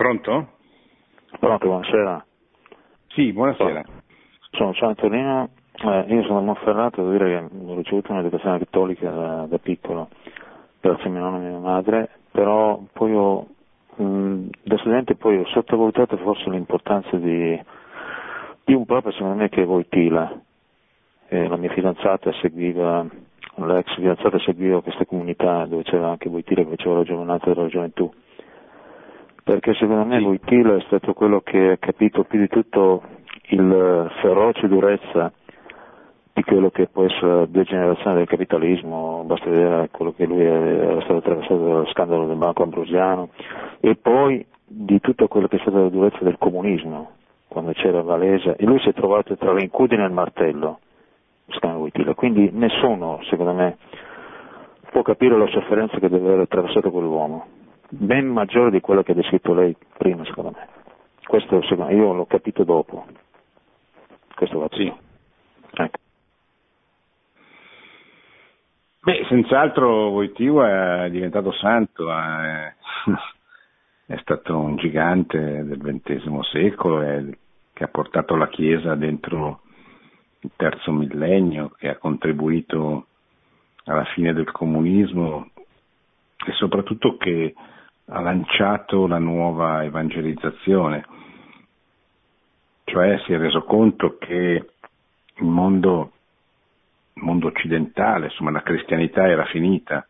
Pronto? Pronto, buonasera. Sì, buonasera. Sono San Antonino Eh, io sono a Monferrato, devo dire che ho ricevuto un'educazione cattolica da, da piccolo, grazie a mia nonna e mia madre, però poi ho, mh, da studente poi ho sottovalutato forse l'importanza di, di un proprio, secondo me, che è Wojtyla. Eh, la mia fidanzata seguiva, l'ex fidanzata seguiva questa comunità dove c'era anche Wojtyla che faceva la giornata della gioventù, perché secondo me Wojtyla è stato quello che ha capito più di tutto il feroce durezza di quello che può essere la degenerazione del capitalismo, basta vedere quello che lui era stato attraversato dallo scandalo del Banco Ambrosiano, e poi di tutto quello che è stata la durezza del comunismo, quando c'era Valesa, e lui si è trovato tra l'incudine e il martello, Wojtyla. Quindi nessuno, secondo me, può capire la sofferenza che deve aver attraversato quell'uomo, ben maggiore di quello che ha descritto lei prima, secondo me. Questo, secondo me, io l'ho capito dopo. Questo va sì. Ecco. Beh, senz'altro Wojtyla è diventato santo, è, è stato un gigante del ventesimo secolo e, che ha portato la Chiesa dentro il terzo millennio, che ha contribuito alla fine del comunismo e soprattutto che ha lanciato la nuova evangelizzazione, cioè si è reso conto che il mondo, il mondo occidentale, insomma la cristianità era finita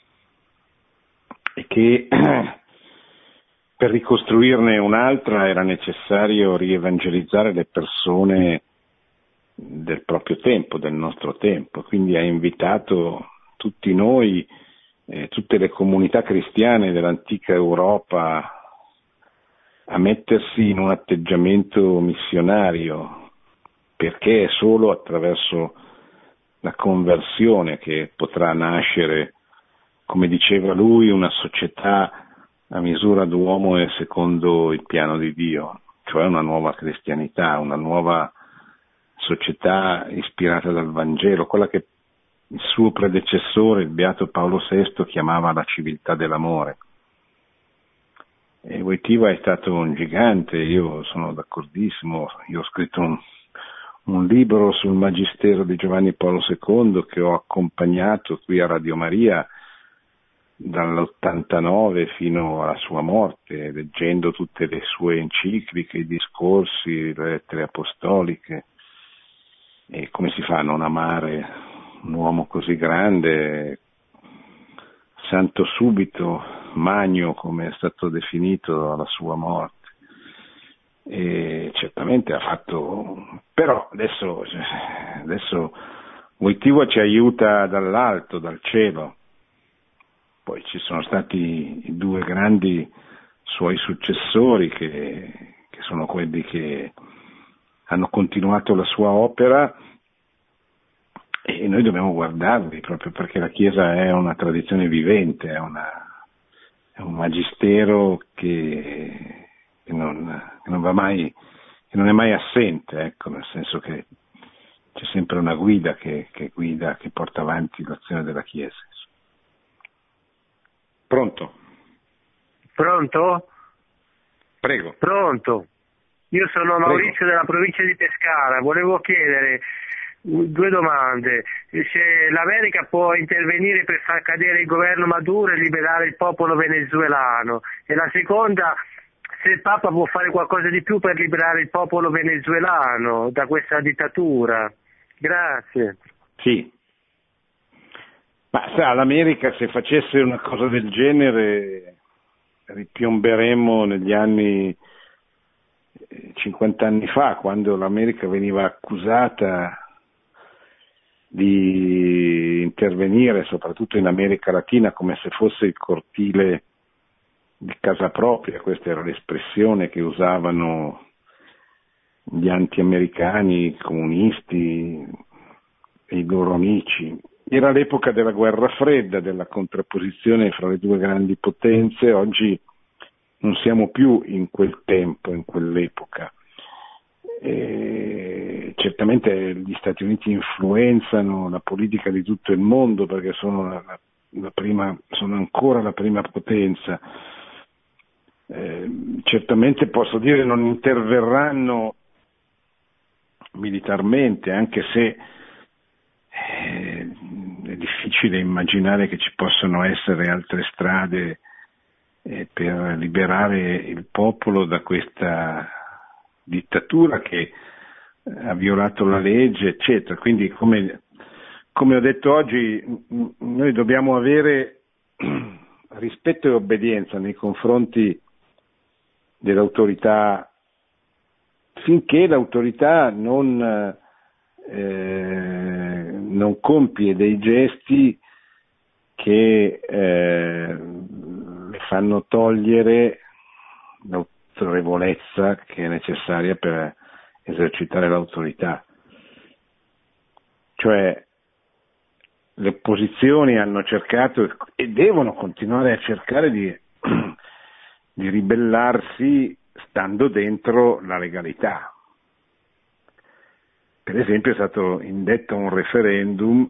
e che per ricostruirne un'altra era necessario rievangelizzare le persone del proprio tempo, del nostro tempo, quindi ha invitato tutti noi, eh, tutte le comunità cristiane dell'antica Europa a mettersi in un atteggiamento missionario, perché è solo attraverso la conversione che potrà nascere, come diceva lui, una società a misura d'uomo e secondo il piano di Dio, cioè una nuova cristianità, una nuova società ispirata dal Vangelo, quella che il suo predecessore, il beato Paolo sesto, chiamava la civiltà dell'amore. E Wojtyla è stato un gigante, io sono d'accordissimo, io ho scritto un, un libro sul magistero di Giovanni Paolo secondo che ho accompagnato qui a Radio Maria dall'ottantanove fino alla sua morte, leggendo tutte le sue encicliche, i discorsi, le lettere apostoliche. E come si fa a non amare un uomo così grande, santo subito, magno come è stato definito alla sua morte? E certamente ha fatto, però adesso, adesso Wojtyla ci aiuta dall'alto, dal cielo, poi ci sono stati i due grandi suoi successori che, che sono quelli che hanno continuato la sua opera e noi dobbiamo guardarli proprio perché la Chiesa è una tradizione vivente, è, una, è un magistero che, che, non, che non va mai, che non è mai assente, ecco, nel senso che c'è sempre una guida che, che guida, che porta avanti l'azione della Chiesa. Pronto? Pronto? Prego. Pronto. Io sono Maurizio Prego. Della provincia di Pescara, volevo chiedere due domande. Se l'America può intervenire per far cadere il governo Maduro e liberare il popolo venezuelano, e la seconda, se il Papa può fare qualcosa di più per liberare il popolo venezuelano da questa dittatura. Grazie. Sì. Ma sa, l'America se facesse una cosa del genere ripiomberemmo negli anni cinquanta anni fa, quando l'America veniva accusata di intervenire soprattutto in America Latina come se fosse il cortile di casa propria. Questa era l'espressione che usavano gli anti-americani, i comunisti e i loro amici. Era l'epoca della guerra fredda, della contrapposizione fra le due grandi potenze. Oggi non siamo più in quel tempo, in quell'epoca. E certamente gli Stati Uniti influenzano la politica di tutto il mondo perché sono, la, la prima, sono ancora la prima potenza. Eh, certamente posso dire non interverranno militarmente, anche se eh, è difficile immaginare che ci possano essere altre strade eh, per liberare il popolo da questa dittatura che ha violato la legge, eccetera. Quindi, come, come ho detto oggi, noi dobbiamo avere rispetto e obbedienza nei confronti dell'autorità finché l'autorità non, eh, non compie dei gesti che eh, le fanno togliere l'autorevolezza che è necessaria per esercitare l'autorità. Cioè, le opposizioni hanno cercato e devono continuare a cercare di, di ribellarsi stando dentro la legalità. Per esempio è stato indetto un referendum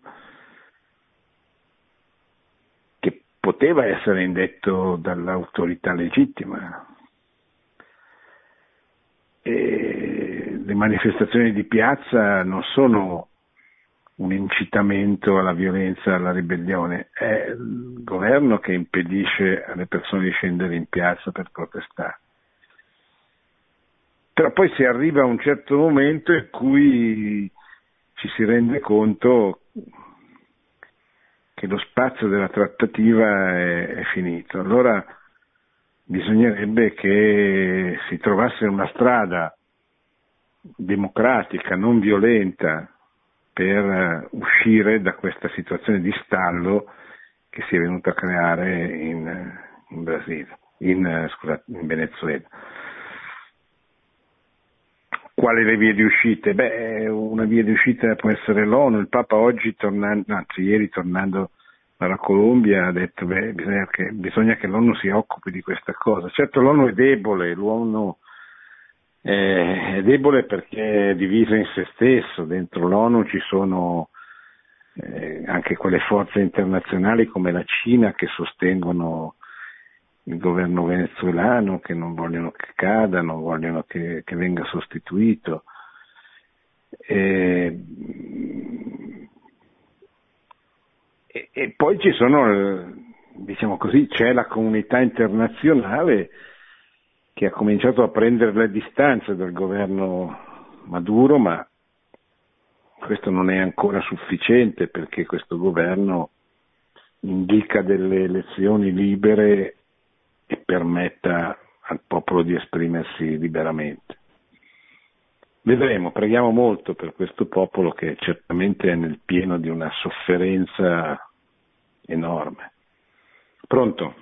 che poteva essere indetto dall'autorità legittima. E le manifestazioni di piazza non sono un incitamento alla violenza, alla ribellione, è il governo che impedisce alle persone di scendere in piazza per protestare. Però poi si arriva a un certo momento in cui ci si rende conto che lo spazio della trattativa è, è finito. Allora bisognerebbe che si trovasse una strada democratica, non violenta, per uscire da questa situazione di stallo che si è venuta a creare in, in Brasile, in, scusate, in Venezuela. Quali le vie di uscita? Beh, una via di uscita può essere l'ONU. Il Papa oggi, tornando, anzi ieri tornando dalla Colombia, ha detto beh, bisogna che, bisogna che l'ONU si occupi di questa cosa. Certo l'ONU è debole, l'ONU è debole perché è divisa in se stesso. Dentro l'ONU ci sono eh, anche quelle forze internazionali come la Cina che sostengono il governo venezuelano, che non vogliono che cada, non vogliono che, che venga sostituito. E, e, e poi ci sono, diciamo così, c'è la comunità internazionale che ha cominciato a prendere le distanze dal governo Maduro, ma questo non è ancora sufficiente perché questo governo indica delle elezioni libere e permetta al popolo di esprimersi liberamente. Vedremo, preghiamo molto per questo popolo che certamente è nel pieno di una sofferenza enorme. Pronto?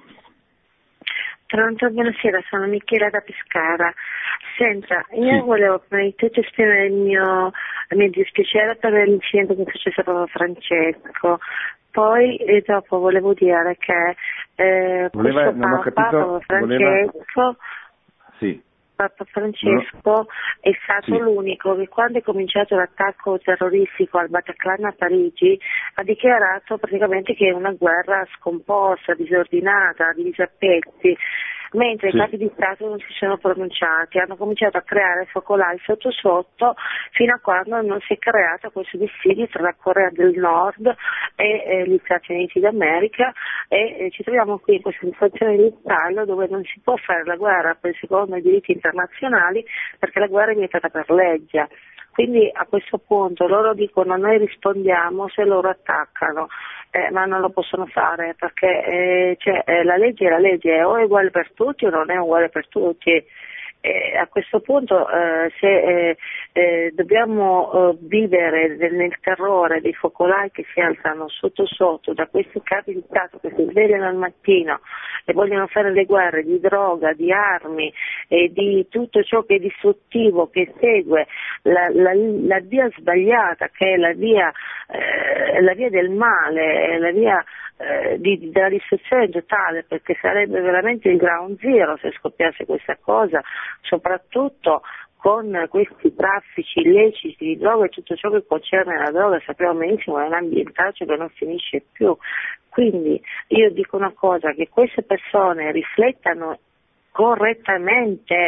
Pronto, buonasera, sono Michela da Pescara. Senta, io sì. volevo prima di tutto esprimere il mio, il mio dispiacere per l'incidente che è successo a Papa Francesco. Poi e dopo volevo dire che eh, voleva, questo non ho Papa, capito, Papa Francesco, voleva... sì. Papa Francesco no. è stato sì. l'unico che quando è cominciato l'attacco terroristico al Bataclan a Parigi ha dichiarato praticamente che è una guerra scomposta, disordinata, divisa a pezzi, mentre sì. i capi di Stato non si sono pronunciati, hanno cominciato a creare focolai sotto sotto fino a quando non si è creato questo dissidio tra la Corea del Nord e eh, gli Stati Uniti d'America e eh, ci troviamo qui in questa situazione di stallo dove non si può fare la guerra per secondo i diritti internazionali perché la guerra è vietata per legge. Quindi a questo punto loro dicono noi rispondiamo se loro attaccano, eh, ma non lo possono fare perché eh, cioè, eh, la legge è la legge, è o è uguale per tutti o non è uguale per tutti. Eh, a questo punto eh, se eh, eh, dobbiamo eh, vivere nel, nel terrore dei focolai che si alzano sotto sotto da questi capi di Stato che si svegliano al mattino e vogliono fare le guerre di droga, di armi e di tutto ciò che è distruttivo, che segue la, la, la via sbagliata che è la via, eh, la via del male, la via eh, di, della distruzione totale, perché sarebbe veramente il ground zero se scoppiasse questa cosa, soprattutto con questi traffici illeciti di droga e tutto ciò che concerne la droga. Sappiamo benissimo che è un ambientaccio che non finisce più. Quindi io dico una cosa, che queste persone riflettano correttamente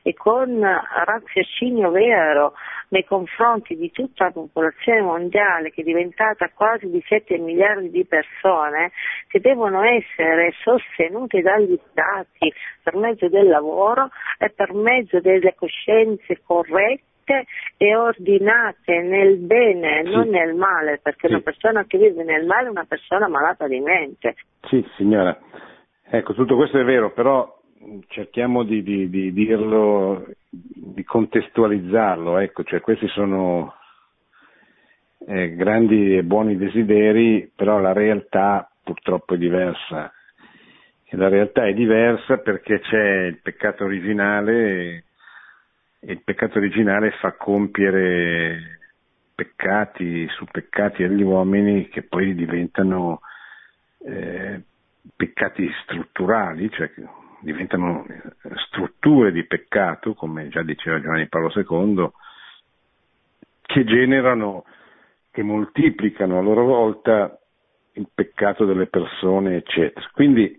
e con raziocinio vero nei confronti di tutta la popolazione mondiale, che è diventata quasi di sette miliardi di persone, che devono essere sostenute dagli stati per mezzo del lavoro e per mezzo delle coscienze corrette e ordinate nel bene, sì, non nel male, perché sì, una persona che vive nel male è una persona malata di mente. Sì, signora, ecco, tutto questo è vero, però cerchiamo di, di, di dirlo, di contestualizzarlo, ecco, cioè questi sono eh, grandi e buoni desideri, però la realtà purtroppo è diversa. E la realtà è diversa perché c'è il peccato originale e il peccato originale fa compiere peccati su peccati agli uomini che poi diventano eh, peccati strutturali, cioè diventano strutture di peccato, come già diceva Giovanni Paolo secondo, che generano, che moltiplicano a loro volta il peccato delle persone, eccetera. Quindi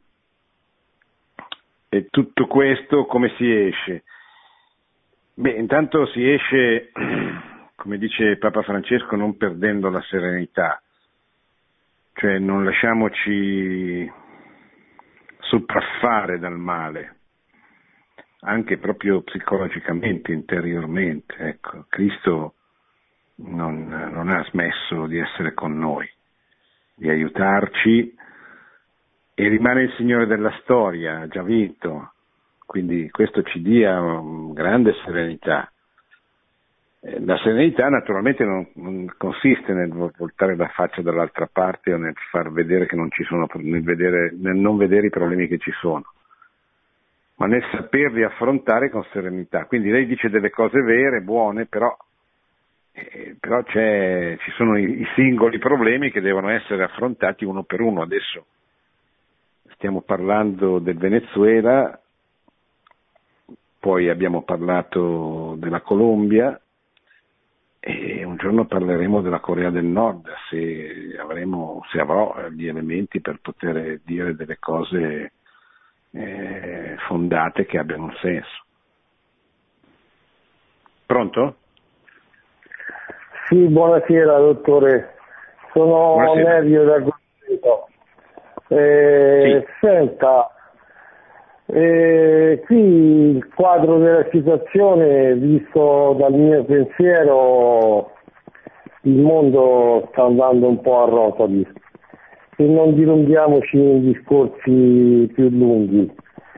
e tutto questo come si esce? Beh, intanto si esce, come dice Papa Francesco, non perdendo la serenità, cioè non lasciamoci sopraffare dal male, anche proprio psicologicamente, interiormente. Ecco, Cristo non, non ha smesso di essere con noi, di aiutarci, e rimane il Signore della storia, ha già vinto, quindi questo ci dia um, grande serenità. Eh, la serenità naturalmente non, non consiste nel voltare la faccia dall'altra parte o nel far vedere che non ci sono, nel, vedere, nel non vedere i problemi che ci sono, ma nel saperli affrontare con serenità. Quindi lei dice delle cose vere, buone, però, eh, però c'è, ci sono i, i singoli problemi che devono essere affrontati uno per uno. Adesso stiamo parlando del Venezuela, poi abbiamo parlato della Colombia e un giorno parleremo della Corea del Nord, se avremo, se avrò gli elementi per poter dire delle cose eh, fondate che abbiano un senso. Pronto? Sì, buonasera dottore, sono Buonasera. Nervio da Grosseto. Eh, sì. Senta, eh, qui il quadro della situazione, visto dal mio pensiero, il mondo sta andando un po' a rotoli e non dilunghiamoci in discorsi più lunghi.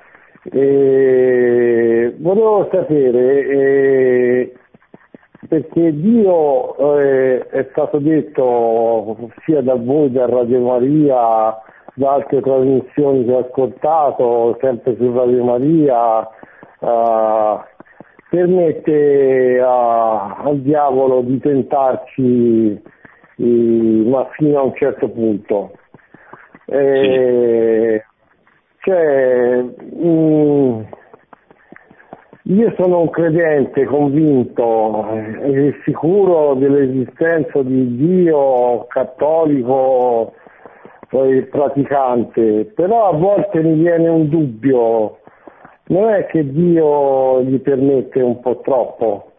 Eh, volevo sapere, eh, perché Dio eh, è stato detto sia da voi, da Radio Maria, da altre trasmissioni che ho ascoltato, sempre su Radio Maria, uh, permette a, al diavolo di tentarci, eh, ma fino a un certo punto. Eh, sì. Cioè, mh, io sono un credente convinto e sicuro dell'esistenza di Dio, cattolico e praticante, però a volte mi viene un dubbio, non è che Dio gli permette un po' troppo?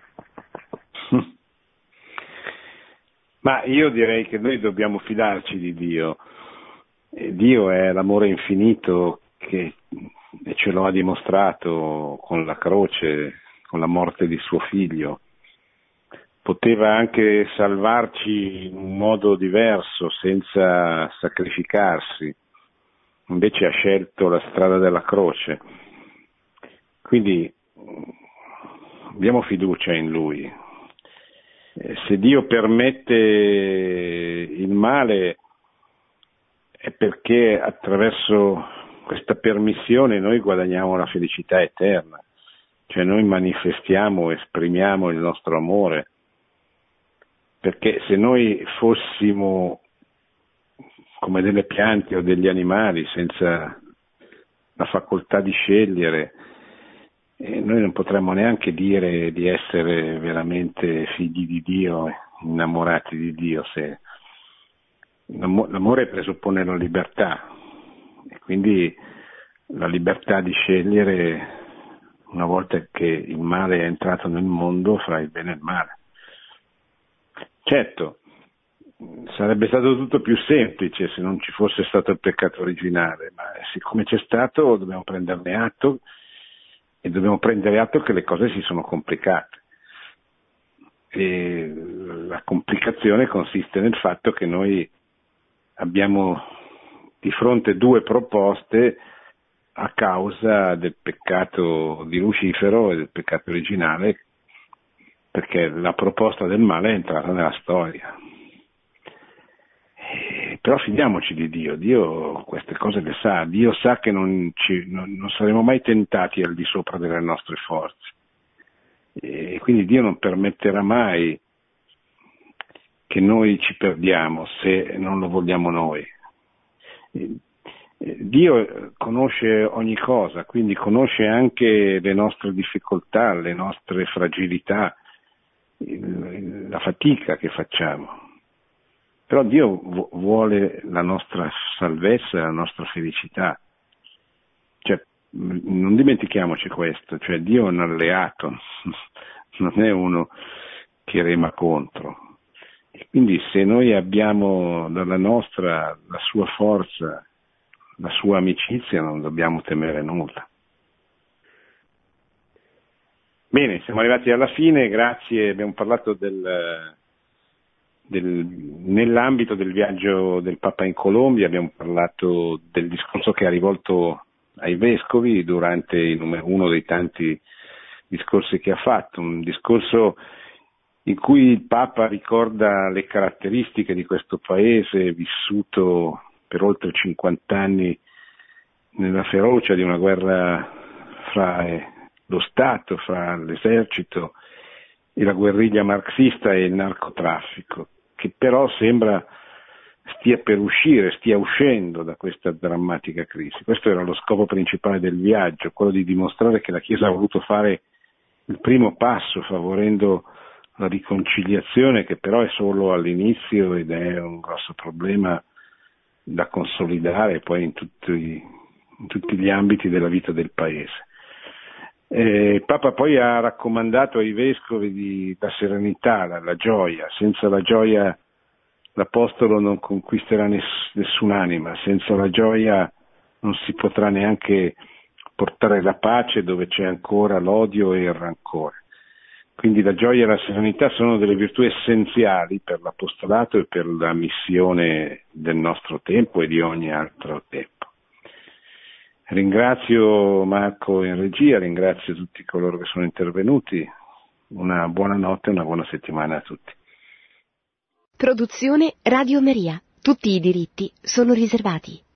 Ma io direi che noi dobbiamo fidarci di Dio. Dio è l'amore infinito che e ce lo ha dimostrato con la croce, con la morte di suo figlio. Poteva anche salvarci in un modo diverso, senza sacrificarsi, invece ha scelto la strada della croce. Quindi abbiamo fiducia in Lui. Se Dio permette il male è perché attraverso questa permissione noi guadagniamo la felicità eterna, cioè noi manifestiamo, esprimiamo il nostro amore, perché se noi fossimo come delle piante o degli animali senza la facoltà di scegliere, eh, noi non potremmo neanche dire di essere veramente figli di Dio, innamorati di Dio, se l'amore presuppone la libertà e quindi la libertà di scegliere una volta che il male è entrato nel mondo, fra il bene e il male. Certo, sarebbe stato tutto più semplice se non ci fosse stato il peccato originale, ma siccome c'è stato dobbiamo prenderne atto e dobbiamo prendere atto che le cose si sono complicate. E la complicazione consiste nel fatto che noi abbiamo di fronte due proposte a causa del peccato di Lucifero e del peccato originale, perché la proposta del male è entrata nella storia. E, però fidiamoci di Dio, Dio queste cose le sa, Dio sa che non, ci, non, non saremo mai tentati al di sopra delle nostre forze, e quindi Dio non permetterà mai che noi ci perdiamo se non lo vogliamo noi. Dio conosce ogni cosa, quindi conosce anche le nostre difficoltà, le nostre fragilità, la fatica che facciamo. Però Dio vuole la nostra salvezza, la nostra felicità. Cioè, non dimentichiamoci questo, cioè Dio è un alleato, non è uno che rema contro. E quindi se noi abbiamo dalla nostra la sua forza, la sua amicizia, non dobbiamo temere nulla. Bene, siamo arrivati alla fine, grazie, abbiamo parlato del, del, nell'ambito del viaggio del Papa in Colombia, abbiamo parlato del discorso che ha rivolto ai vescovi durante uno dei tanti discorsi che ha fatto, un discorso in cui il Papa ricorda le caratteristiche di questo paese vissuto per oltre cinquanta anni nella ferocia di una guerra fra lo Stato, fra l'esercito e la guerriglia marxista e il narcotraffico, che però sembra stia per uscire, stia uscendo da questa drammatica crisi. Questo era lo scopo principale del viaggio, quello di dimostrare che la Chiesa ha voluto fare il primo passo favorendo la riconciliazione, che però è solo all'inizio ed è un grosso problema da consolidare poi in tutti, in tutti gli ambiti della vita del paese. Eh, il Papa poi ha raccomandato ai vescovi di, la serenità, la, la gioia. Senza la gioia l'Apostolo non conquisterà ness, nessun'anima, senza la gioia non si potrà neanche portare la pace dove c'è ancora l'odio e il rancore. Quindi la gioia e la serenità sono delle virtù essenziali per l'apostolato e per la missione del nostro tempo e di ogni altro tempo. Ringrazio Marco in regia, ringrazio tutti coloro che sono intervenuti. Una buona notte e una buona settimana a tutti. Produzione Radio Maria. Tutti i diritti sono riservati.